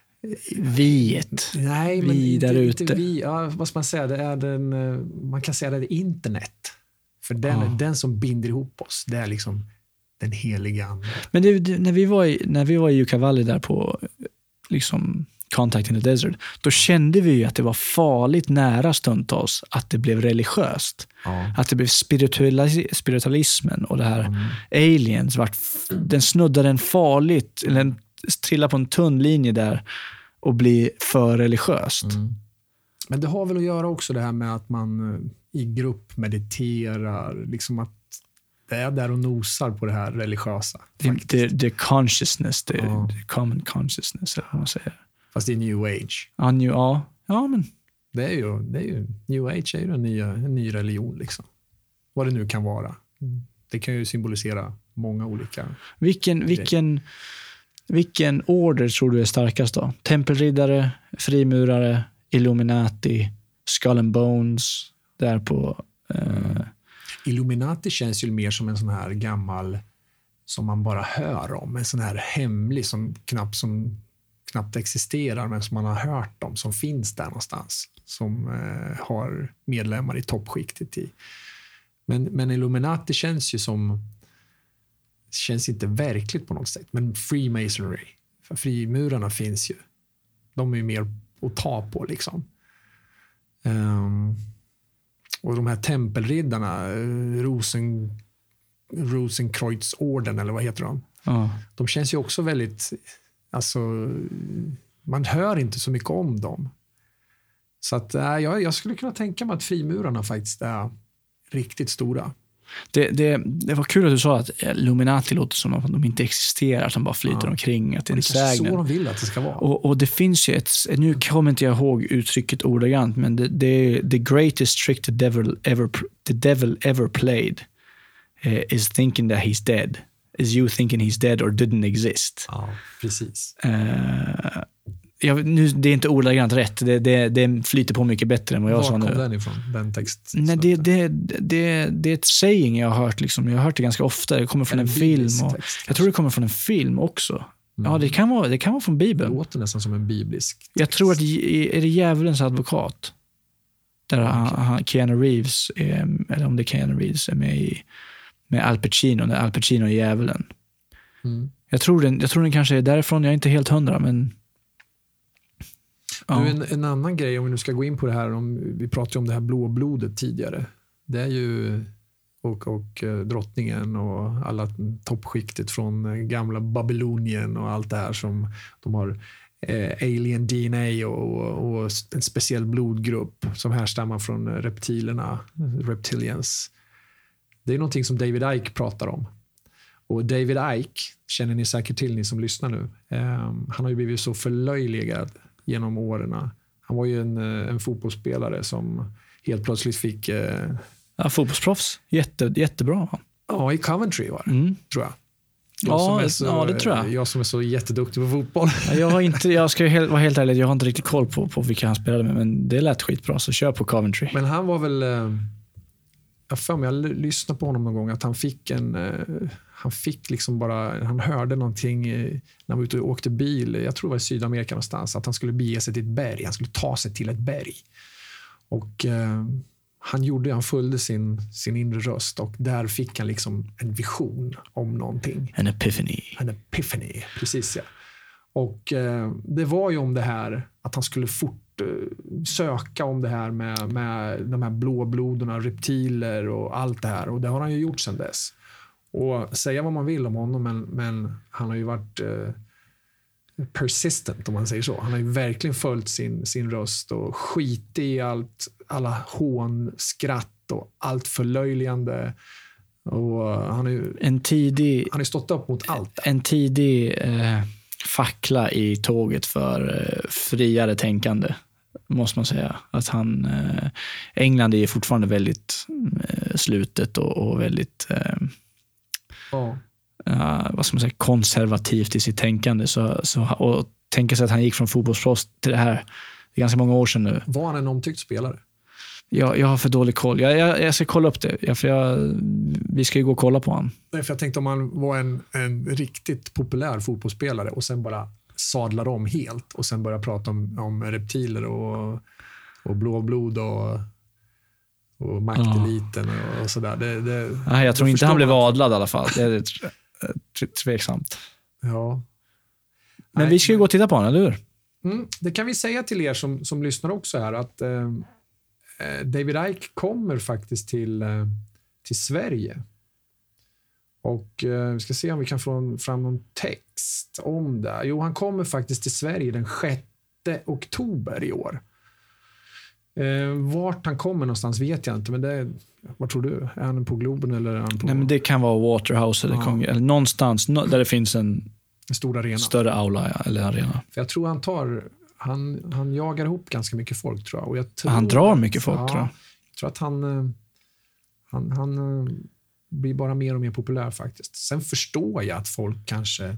viet. Nej, men vi inte, där inte ute. Vi, ja, vad ska man säga? Det är den, man kan säga det är internet. För den, ja. den som binder ihop oss, det är liksom den heliga anden. Men det, det, när vi var i, när vi var i Yucca Valley där på liksom Contact in the Desert, då kände vi ju att det var farligt nära stundtals att det blev religiöst. Ja. Att det blev spiritualis- spiritualismen och det här mm. aliens vart, den snuddade en farligt eller en trilla på en tunn linje där och bli för religiöst. Mm. Men det har väl att göra också det här med att man i grupp mediterar, liksom att det är där och nosar på det här religiösa. Det, det, det consciousness, det, Ja. det common consciousness, eller vad man säger. Fast det är new age. Ja, new, ja. ja men Det är ju, det är ju, new age är ju en ny, en ny religion liksom. Vad det nu kan vara. Det kan ju symbolisera många olika. vilken, vilken, vilken order tror du är starkast då? Tempelriddare, frimurare, Illuminati, Skull and Bones, där på... Eh, Illuminati känns ju mer som en sån här gammal som man bara hör om. En sån här hemlig som knappt, som knappt existerar men som man har hört om, som finns där någonstans. Som eh, har medlemmar i toppskiktet i. Men, men Illuminati känns ju som känns inte verkligt på något sätt. Men Freemasonry, för frimurarna finns ju. De är ju mer att ta på liksom. Um, och de här tempelriddarna, Rosen, Rosenkreuzorden eller vad heter de? ja. De känns ju också väldigt, alltså man hör inte så mycket om dem. Så att äh, jag, jag skulle kunna tänka mig att frimurarna faktiskt är riktigt stora. Det, det, det var kul att du sa att Illuminati låter som att de inte existerar, att de bara flyter Ja. omkring, att det är en Det är så sägnen. de vill att det ska vara. Och, och det finns ju ett, nu kommer inte jag ihåg uttrycket ordagrant, men det, det är the greatest trick the devil ever, the devil ever played uh, is thinking that he's dead. Is you thinking he's dead or didn't exist. Ja, precis. Uh, jag, nu, det är inte ordagrant rätt, det, det, det flyter på mycket bättre än vad jag Var sa kom nu. den ifrån, den text? Nej, det, det, det, det är ett saying jag har hört. Liksom. Jag har hört det ganska ofta. Det kommer från Är en det film. biblisk Och, text, jag tror det kommer från en film också. Mm. Ja, det kan vara, det kan vara från Det Bibeln. låter nästan som en biblisk text. Jag tror att är det Djävulens advokat? Där han, han, Keanu Reeves, är, eller om det är Keanu Reeves, är med i, med Al Pacino, när Al Pacino är djävulen. Mm. Jag tror, den, jag tror den kanske är därifrån, jag är inte helt hundra, men... Ja. Nu, en, en annan grej, om vi nu ska gå in på det här, om, vi pratade ju om det här blåblodet tidigare. Det är ju, och, och eh, drottningen och alla toppskiktet från eh, gamla Babylonien och allt det här som de har eh, alien D N A och, och en speciell blodgrupp som härstammar från reptilerna, reptilians. Det är någonting som David Icke pratar om. Och David Icke känner ni säkert till, ni som lyssnar nu. Eh, han har ju blivit så förlöjligad genom åren. Han var ju en, en fotbollsspelare som helt plötsligt fick... Eh, ja, fotbollsproffs. Jätte, jättebra. ja, i Coventry var det, Mm. tror jag. Jag Ja, som är så, ja, det tror jag. Jag som är så jätteduktig på fotboll. Ja, Jag, har inte, jag ska ju helt, vara helt ärlig, jag har inte riktigt koll på, på vilka han spelade med, men det lät skitbra, så kör på Coventry. Men han var väl... Eh, jag för mig, jag lyssnade på honom någon gång, att han fick en... Eh, han fick liksom bara... Han hörde någonting eh, när han var ute och åkte bil. Jag tror det var i Sydamerika någonstans. Att han skulle bege sig till ett berg. Han skulle ta sig till ett berg. Och eh, han gjorde, han följde sin, sin inre röst. Och där fick han liksom en vision om någonting. En epiphany. En epiphany, precis ja. Och eh, det var ju om det här att han skulle fort eh, söka om det här med, med de här blåbloderna, reptiler och allt det här. Och det har han ju gjort sedan dess. Och säga vad man vill om honom, men, men han har ju varit eh, persistent, om man säger så. Han har ju verkligen följt sin, sin röst och skit i allt, alla hån, skratt och allt förlöjligande. Och han har ju En tidig, han har stått upp mot allt. en tidig eh, fackla i tåget för eh, friare tänkande, måste man säga. Att han, eh, England är fortfarande väldigt eh, slutet och, och väldigt eh, Ja. uh, vad ska man säga, konservativt i sitt tänkande. Så, så, och tänka sig att han gick från fotbollsproffs till det här, det är ganska många år sedan nu. Var han en omtyckt spelare? Jag, jag har för dålig koll. Jag, jag, jag ska kolla upp det. Jag, för jag, vi ska ju gå och kolla på han. Nej, för jag tänkte om han var en, en riktigt populär fotbollsspelare och sen bara sadlar om helt och sen börjar prata om, om reptiler och, och blåblod och, och makteliten och, och sådär. Det, det, Nej, jag tror då inte han förstår blev man att- adlad i alla fall. Det är t- t- tveksamt. Ja. Men Nej, vi ska ju gå och titta på honom, eller hur? Mm, det kan vi säga till er som, som lyssnar också här att eh, David Icke kommer faktiskt till, eh, till Sverige. Och eh, vi ska se om vi kan få fram någon text om det. Jo, han kommer faktiskt till Sverige den sjätte oktober i år. Eh, vart han kommer någonstans vet jag inte, men det är, vad tror du? Är han på Globen eller är han på... Nej, men det kan vara Waterhouse eller, Ja. Kong, eller någonstans no, där det finns en, en stor arena. större aula ja, eller arena. För jag tror han tar, han, han jagar ihop ganska mycket folk tror jag. Och jag tror Han drar att, mycket folk ja, tror jag. Jag tror att han, eh, han, han eh, blir bara mer och mer populär faktiskt. Sen förstår jag att folk kanske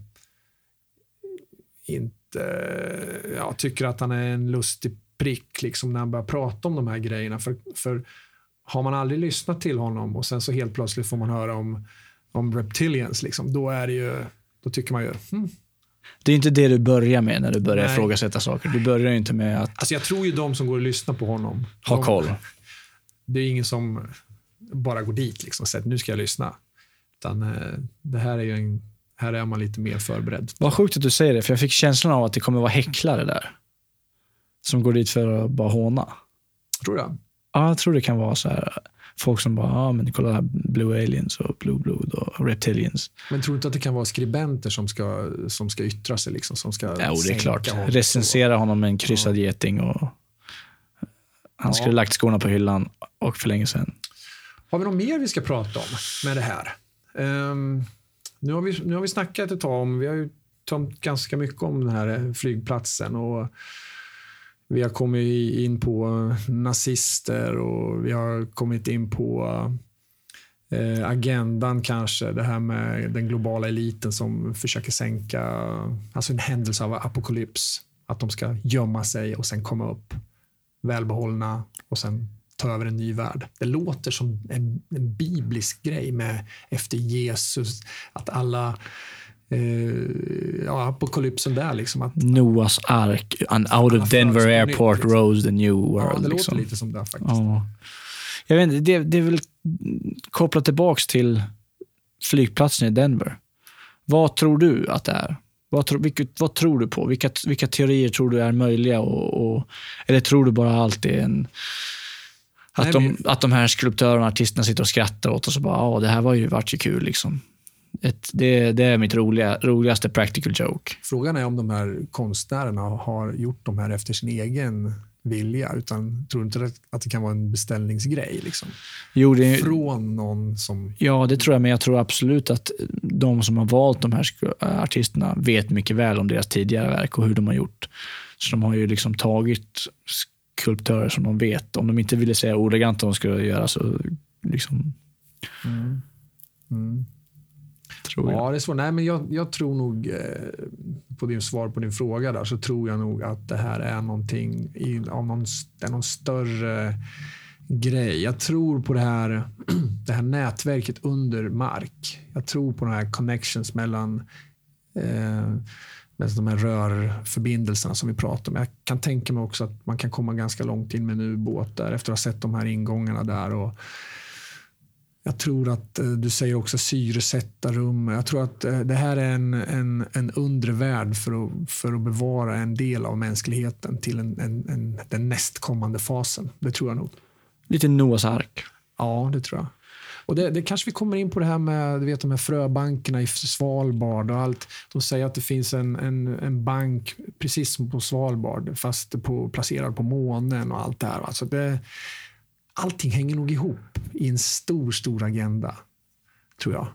inte ja, tycker att han är en lustig prick liksom, när han börjar prata om de här grejerna. För, för har man aldrig lyssnat till honom och sen så helt plötsligt får man höra om, om reptilians, liksom, då är det ju, då tycker man ju hmm. Det är inte det du börjar med när du börjar Nej. ifrågasätta saker. Du börjar ju inte med att Alltså jag tror ju de som går och lyssnar på honom ha de, koll. Det är ingen som bara går dit liksom, och säger nu ska jag lyssna. Utan eh, det här är ju en, här är man lite mer förberedd. Vad sjukt att du säger det, för jag fick känslan av att det kommer vara häcklare där. Som går dit för att bara håna. Tror du? Ja, jag tror det kan vara så här. Folk som bara, ja men kolla här, Blue Aliens och Blue Blood och Reptilians. Men tror du inte att det kan vara skribenter som ska, som ska yttra sig liksom, som ska Ja, det är sänka klart. honom? Recensera honom med en kryssad ja. geting och han Ja. skulle lagt skorna på hyllan och för länge sedan. Har vi något mer vi ska prata om med det här? Um, nu, har vi, nu har vi snackat ett tag om, vi har ju tömt ganska mycket om den här flygplatsen och vi har kommit in på nazister och vi har kommit in på eh, agendan kanske, det här med den globala eliten som försöker sänka, alltså en händelse av apokalyps, att de ska gömma sig och sen komma upp välbehållna och sen ta över en ny värld. Det låter som en, en biblisk grej med efter Jesus, att alla eh, ja, apokalypsen där liksom. Att, Noahs ark, and out of Denver Airport nytt, liksom. rose the new world. Ja, det liksom. låter lite som det faktiskt. Ja. Jag vet inte, det, det är väl kopplat tillbaks till flygplatsen i Denver. Vad tror du att det är? Vad, tro, vilket, vad tror du på? Vilka, vilka teorier tror du är möjliga? Och, och, eller tror du bara alltid en... Att, Nej, de, men... att de här skulptörerna och artisterna sitter och skrattar åt och så bara, ja det här var ju, vart ju kul liksom. Ett, det, det är mitt roliga, roligaste practical joke. Frågan är om de här konstnärerna har gjort de här efter sin egen vilja, utan tror du inte att det kan vara en beställningsgrej liksom? Jo, det, från någon som... Ja, det tror jag, men jag tror absolut att de som har valt de här artisterna vet mycket väl om deras tidigare verk och hur de har gjort. Så de har ju liksom tagit skulptörer som de vet. Om de inte ville säga ordagrant vad de skulle göra så liksom... Mm. Mm. Tror jag. Ja, det är svårt. Nej, men jag, jag tror nog eh, på din svar på din fråga där, så tror jag nog att det här är någonting i, av någon, det är någon större grej. Jag tror på det här, det här nätverket under mark. Jag tror på de här connections mellan eh, med de här rörförbindelserna som vi pratar om. Jag kan tänka mig också att man kan komma ganska långt in med en ubåt där efter att ha sett de här ingångarna där. Och jag tror att du säger också syresätta rum. Jag tror att det här är en, en, en undre värld för att, för att bevara en del av mänskligheten till en, en, en, den nästkommande fasen. Det tror jag nog. Lite Noahs ark. Ja, det tror jag. Och det, det kanske vi kommer in på det här med, du vet, de här fröbankerna i Svalbard och allt. De säger att det finns en, en, en bank precis som på Svalbard, fast på, placerad på månen och allt det här. Alltså det, allting hänger nog ihop i en stor, stor agenda, tror jag.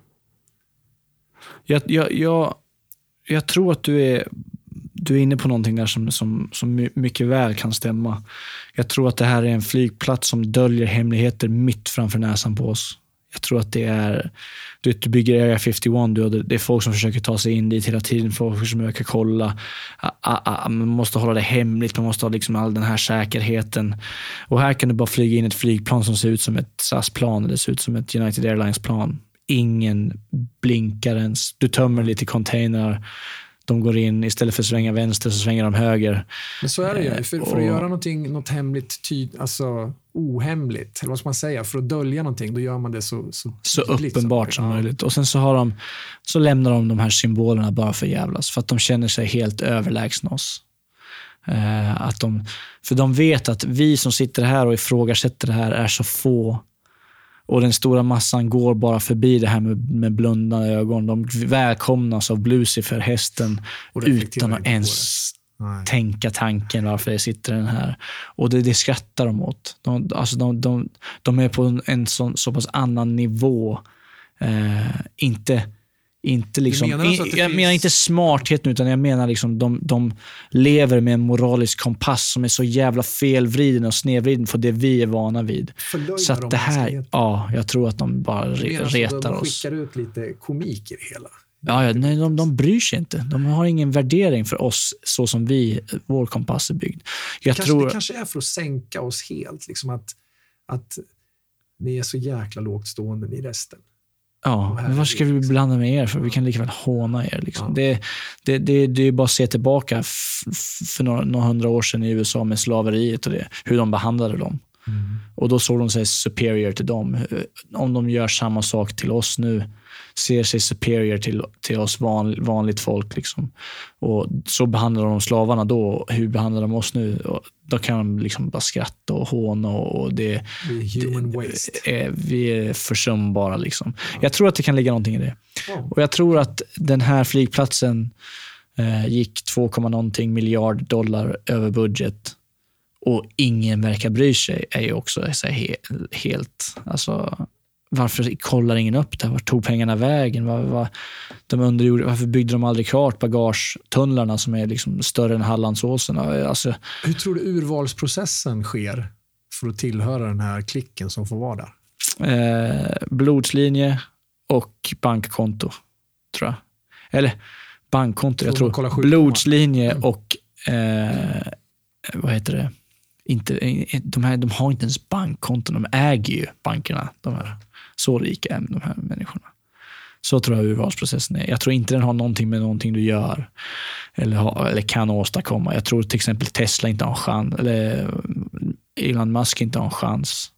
Jag, jag, jag, jag tror att du är, du är inne på någonting där som, som, som mycket väl kan stämma. Jag tror att det här är en flygplats som döljer hemligheter mitt framför näsan på oss. Jag tror att det är, du, du bygger Area femtioett, du, det är folk som försöker ta sig in dit hela tiden, folk som försöker kolla. A, a, a, man måste hålla det hemligt, man måste ha liksom all den här säkerheten. Och här kan du bara flyga in ett flygplan som ser ut som ett S A S-plan eller ser ut som ett United Airlines-plan. Ingen blinkar ens. Du tömmer lite container. De går in, istället för att svänga vänster så svänger de höger. Men så är det ju. För, och, för att göra någonting, något hemligt, ty, alltså ohemligt, eller vad ska man säga, för att dölja någonting, då gör man det så Så, så uppenbart som ja. möjligt. Och sen så, har de, så lämnar de de här symbolerna bara för jävlas. För att de känner sig helt överlägsna oss. Eh, att de, för de vet att vi som sitter här och ifrågasätter det här är så få. Och den stora massan går bara förbi det här med, med blundande ögon. De välkomnas av Lucifer, hästen, utan att ens Nej. tänka tanken varför jag sitter den här. Och det, det skrattar de åt. De, alltså de, de, de är på en, en så, så pass annan nivå. Eh, inte inte liksom, menar alltså in, jag finns... menar inte smartheten, utan jag menar liksom de, de lever med en moralisk kompass som är så jävla felvriden och snedvriden för det vi är vana vid. Förlöjnar så att det här, ja, jag tror att de bara re, retar de oss. De skickar ut lite komik i det hela. Ja, ja nej, de, de bryr sig inte. De har ingen värdering för oss så som vi, vår kompass är byggd. Jag det, kanske, tror... det kanske är för att sänka oss helt. Liksom att, att ni är så jäkla lågt stående i resten. Ja, men vad ska vi blanda med er för? Vi kan lika väl håna er. Liksom. Ja. Det, det, det, det är bara att se tillbaka f- för några, några hundra år sedan i U S A med slaveriet och det, hur de behandlade dem. Mm. Och då såg de sig superior till dem. Om de gör samma sak till oss nu, ser sig superior till, till oss van, vanligt folk. Liksom. Och så behandlar de slavarna då. Hur behandlar de oss nu? Och då kan de liksom bara skratta och håna. Och det, vi är human waste. Det, är, vi är försumbara. Liksom. Ja. Jag tror att det kan ligga någonting i det. Ja. Och jag tror att den här flygplatsen eh, gick två, någonting miljard dollar över budget. Och ingen verkar bry sig är ju också så här, helt... Alltså, varför kollar ingen upp det? Var tog pengarna vägen? Var, var, de undergjorde, varför byggde de aldrig klart bagagetunnlarna som är liksom större än Hallandsåsen? Alltså, hur tror du urvalsprocessen sker för att tillhöra den här klicken som får vara där? Eh, blodslinje och bankkonto, tror jag. Eller bankkonto, tror jag tror. Blodslinje mm. och eh, vad heter det? Inte, de, här, de har inte ens bankkonton, de äger ju bankerna. De här. Så rika är de här människorna. Så tror jag urvalsprocessen är. Jag tror inte den har någonting med någonting du gör eller, ha, eller kan åstadkomma. Jag tror till exempel Tesla inte har en chans, eller Elon Musk inte har en chans.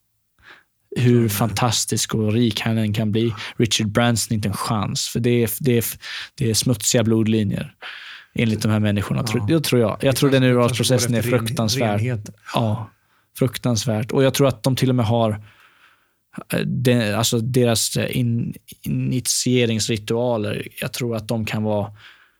Hur mm. fantastisk och rik han än kan bli. Richard Branson inte en chans. För det är, det är, det är smutsiga blodlinjer. Enligt de här människorna. Ja. Jag tror jag. Jag tror den urvalsprocessen är fruktansvärd. Ren, ja, fruktansvärt. Och jag tror att de till och med har den, alltså deras in, initieringsritualer. Jag tror att de kan vara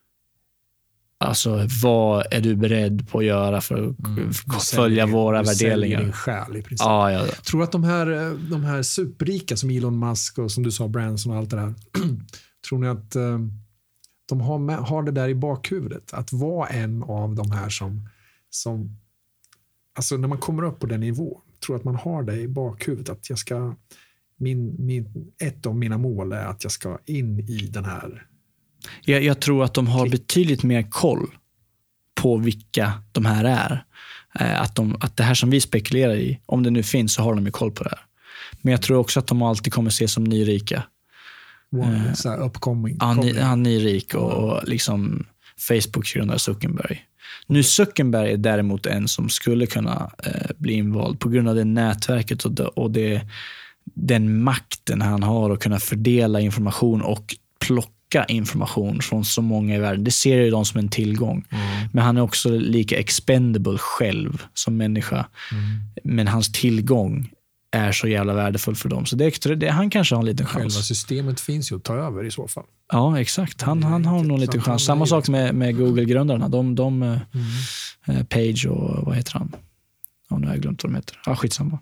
alltså, vad är du beredd på att göra för att mm. följa säljer, våra värderingar? Din själ, i princip. Ja, ja. Jag tror att de här, de här superrika som Elon Musk och som du sa Branson och allt det där. Tror ni att de har, med, har det där i bakhuvudet? Att vara en av de här som, som alltså när man kommer upp på den nivå, tror att man har det i bakhuvudet att jag ska min, min, ett av mina mål är att jag ska in i den här. Jag, jag tror att de har betydligt mer koll på vilka de här är. Att, de, att det här som vi spekulerar i, om det nu finns så har de ju koll på det här. Men jag tror också att de alltid kommer se som nyrika. Wow, så här uppkomming. Han är rik och, och liksom Facebook-grundare Zuckerberg. Nu Zuckerberg är däremot en som skulle kunna eh, bli invald på grund av det nätverket och, det, och det, den makten han har att kunna fördela information och plocka information från så många i världen. Det ser ju de som en tillgång. Mm. Men han är också lika expendable själv som människa. Mm. Men hans tillgång är så jävla värdefull för dem. Så det, det, han kanske har en liten chans. Själva systemet finns ju att ta över i så fall. Ja, exakt. Han, han har nog en liten chans. Samma sak med, med Google-grundarna. De, de mm. eh, Page och vad heter han? Ja, nu har jag glömt vad de heter. Ja, skitsamma.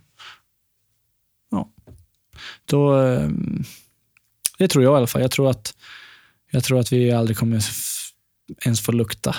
Ja. Då, eh, det tror jag i alla fall. Jag tror att, jag tror att vi aldrig kommer f- ens få lukta.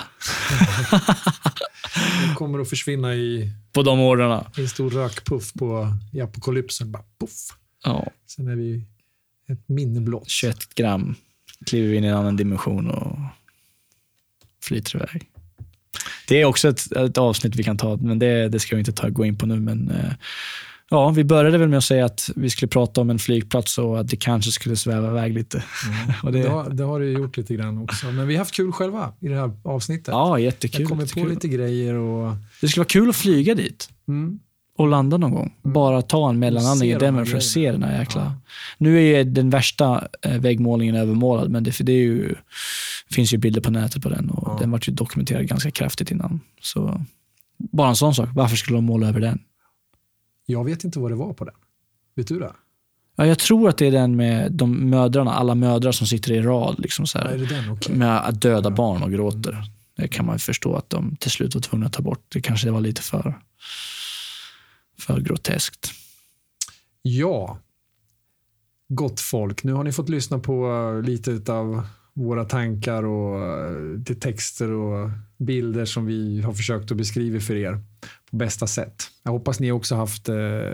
De kommer att försvinna i på de åren. En stor rökpuff på i apokalypsen. Bara puff. Ja. Sen är vi ett minne blott. tjugoett gram. Kliver vi in i en annan dimension och flyter iväg. Det är också ett, ett avsnitt vi kan ta, men det, det ska vi inte ta, gå in på nu. Men eh, ja, vi började väl med att säga att vi skulle prata om en flygplats och att det kanske skulle sväva iväg lite. Mm. och det, det, har, det har det gjort lite grann också. Men vi har haft kul själva i det här avsnittet. Ja, jättekul. Jag kommer på jättekul. lite grejer. Och... Det skulle vara kul att flyga dit. Mm. Och landa någon gång. Mm. Bara ta en mellanlandning i Denver för att se den här jäkla. Ja. Nu är ju den värsta väggmålningen övermålad, men det, för det är ju, finns ju bilder på nätet på den och ja. Den var ju dokumenterad ganska kraftigt innan. Så bara en sån sak. Varför skulle de måla över den? Jag vet inte vad det var på den. Vet du det? Ja, jag tror att det är den med de mödrarna, alla mödrar som sitter i rad liksom så här, ja, är det den? Okay. med att döda barn och gråter. Det kan man ju förstå att de till slut var tvungna att ta bort. Det kanske var lite för, för groteskt. Ja, gott folk. Nu har ni fått lyssna på lite av våra tankar och de texter och bilder som vi har försökt att beskriva för er på bästa sätt. Jag hoppas ni också haft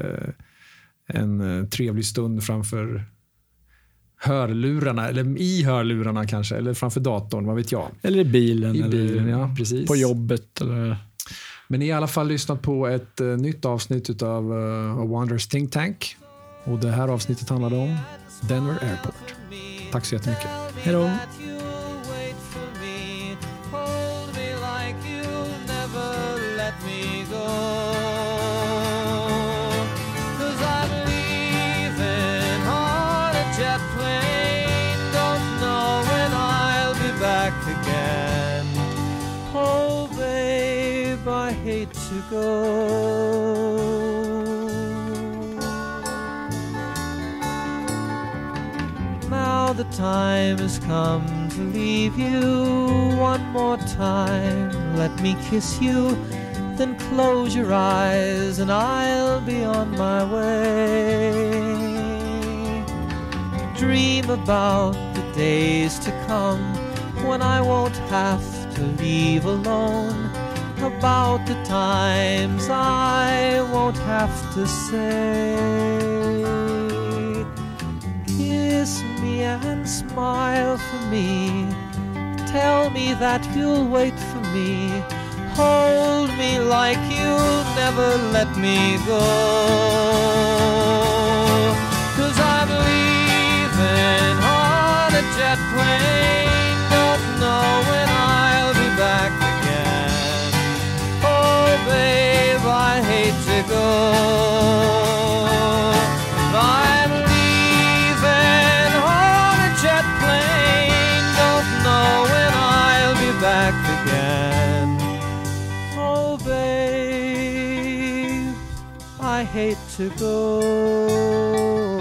en trevlig stund framför hörlurarna, eller i hörlurarna kanske, eller framför datorn, vad vet jag. Eller i bilen. I bilen, eller ja, precis. På jobbet. Eller... Men ni har i alla fall lyssnat på ett uh, nytt avsnitt av uh, A Wanderers Think Tank. Och det här avsnittet handlade om Denver Airport. Tack så jättemycket. Hej då. Again. Oh babe, I hate to go. Now the time has come to leave you. One more time, let me kiss you. Then close your eyes and I'll be on my way. Dream about the days to come when I won't have to leave alone, about the times I won't have to say. Kiss me and smile for me, tell me that you'll wait for me, hold me like you'll never let me go. 'Cause I'm leaving on a jet plane, know when I'll be back again. Oh babe, I hate to go. I'm leaving on a jet plane, don't know when I'll be back again. Oh babe, I hate to go.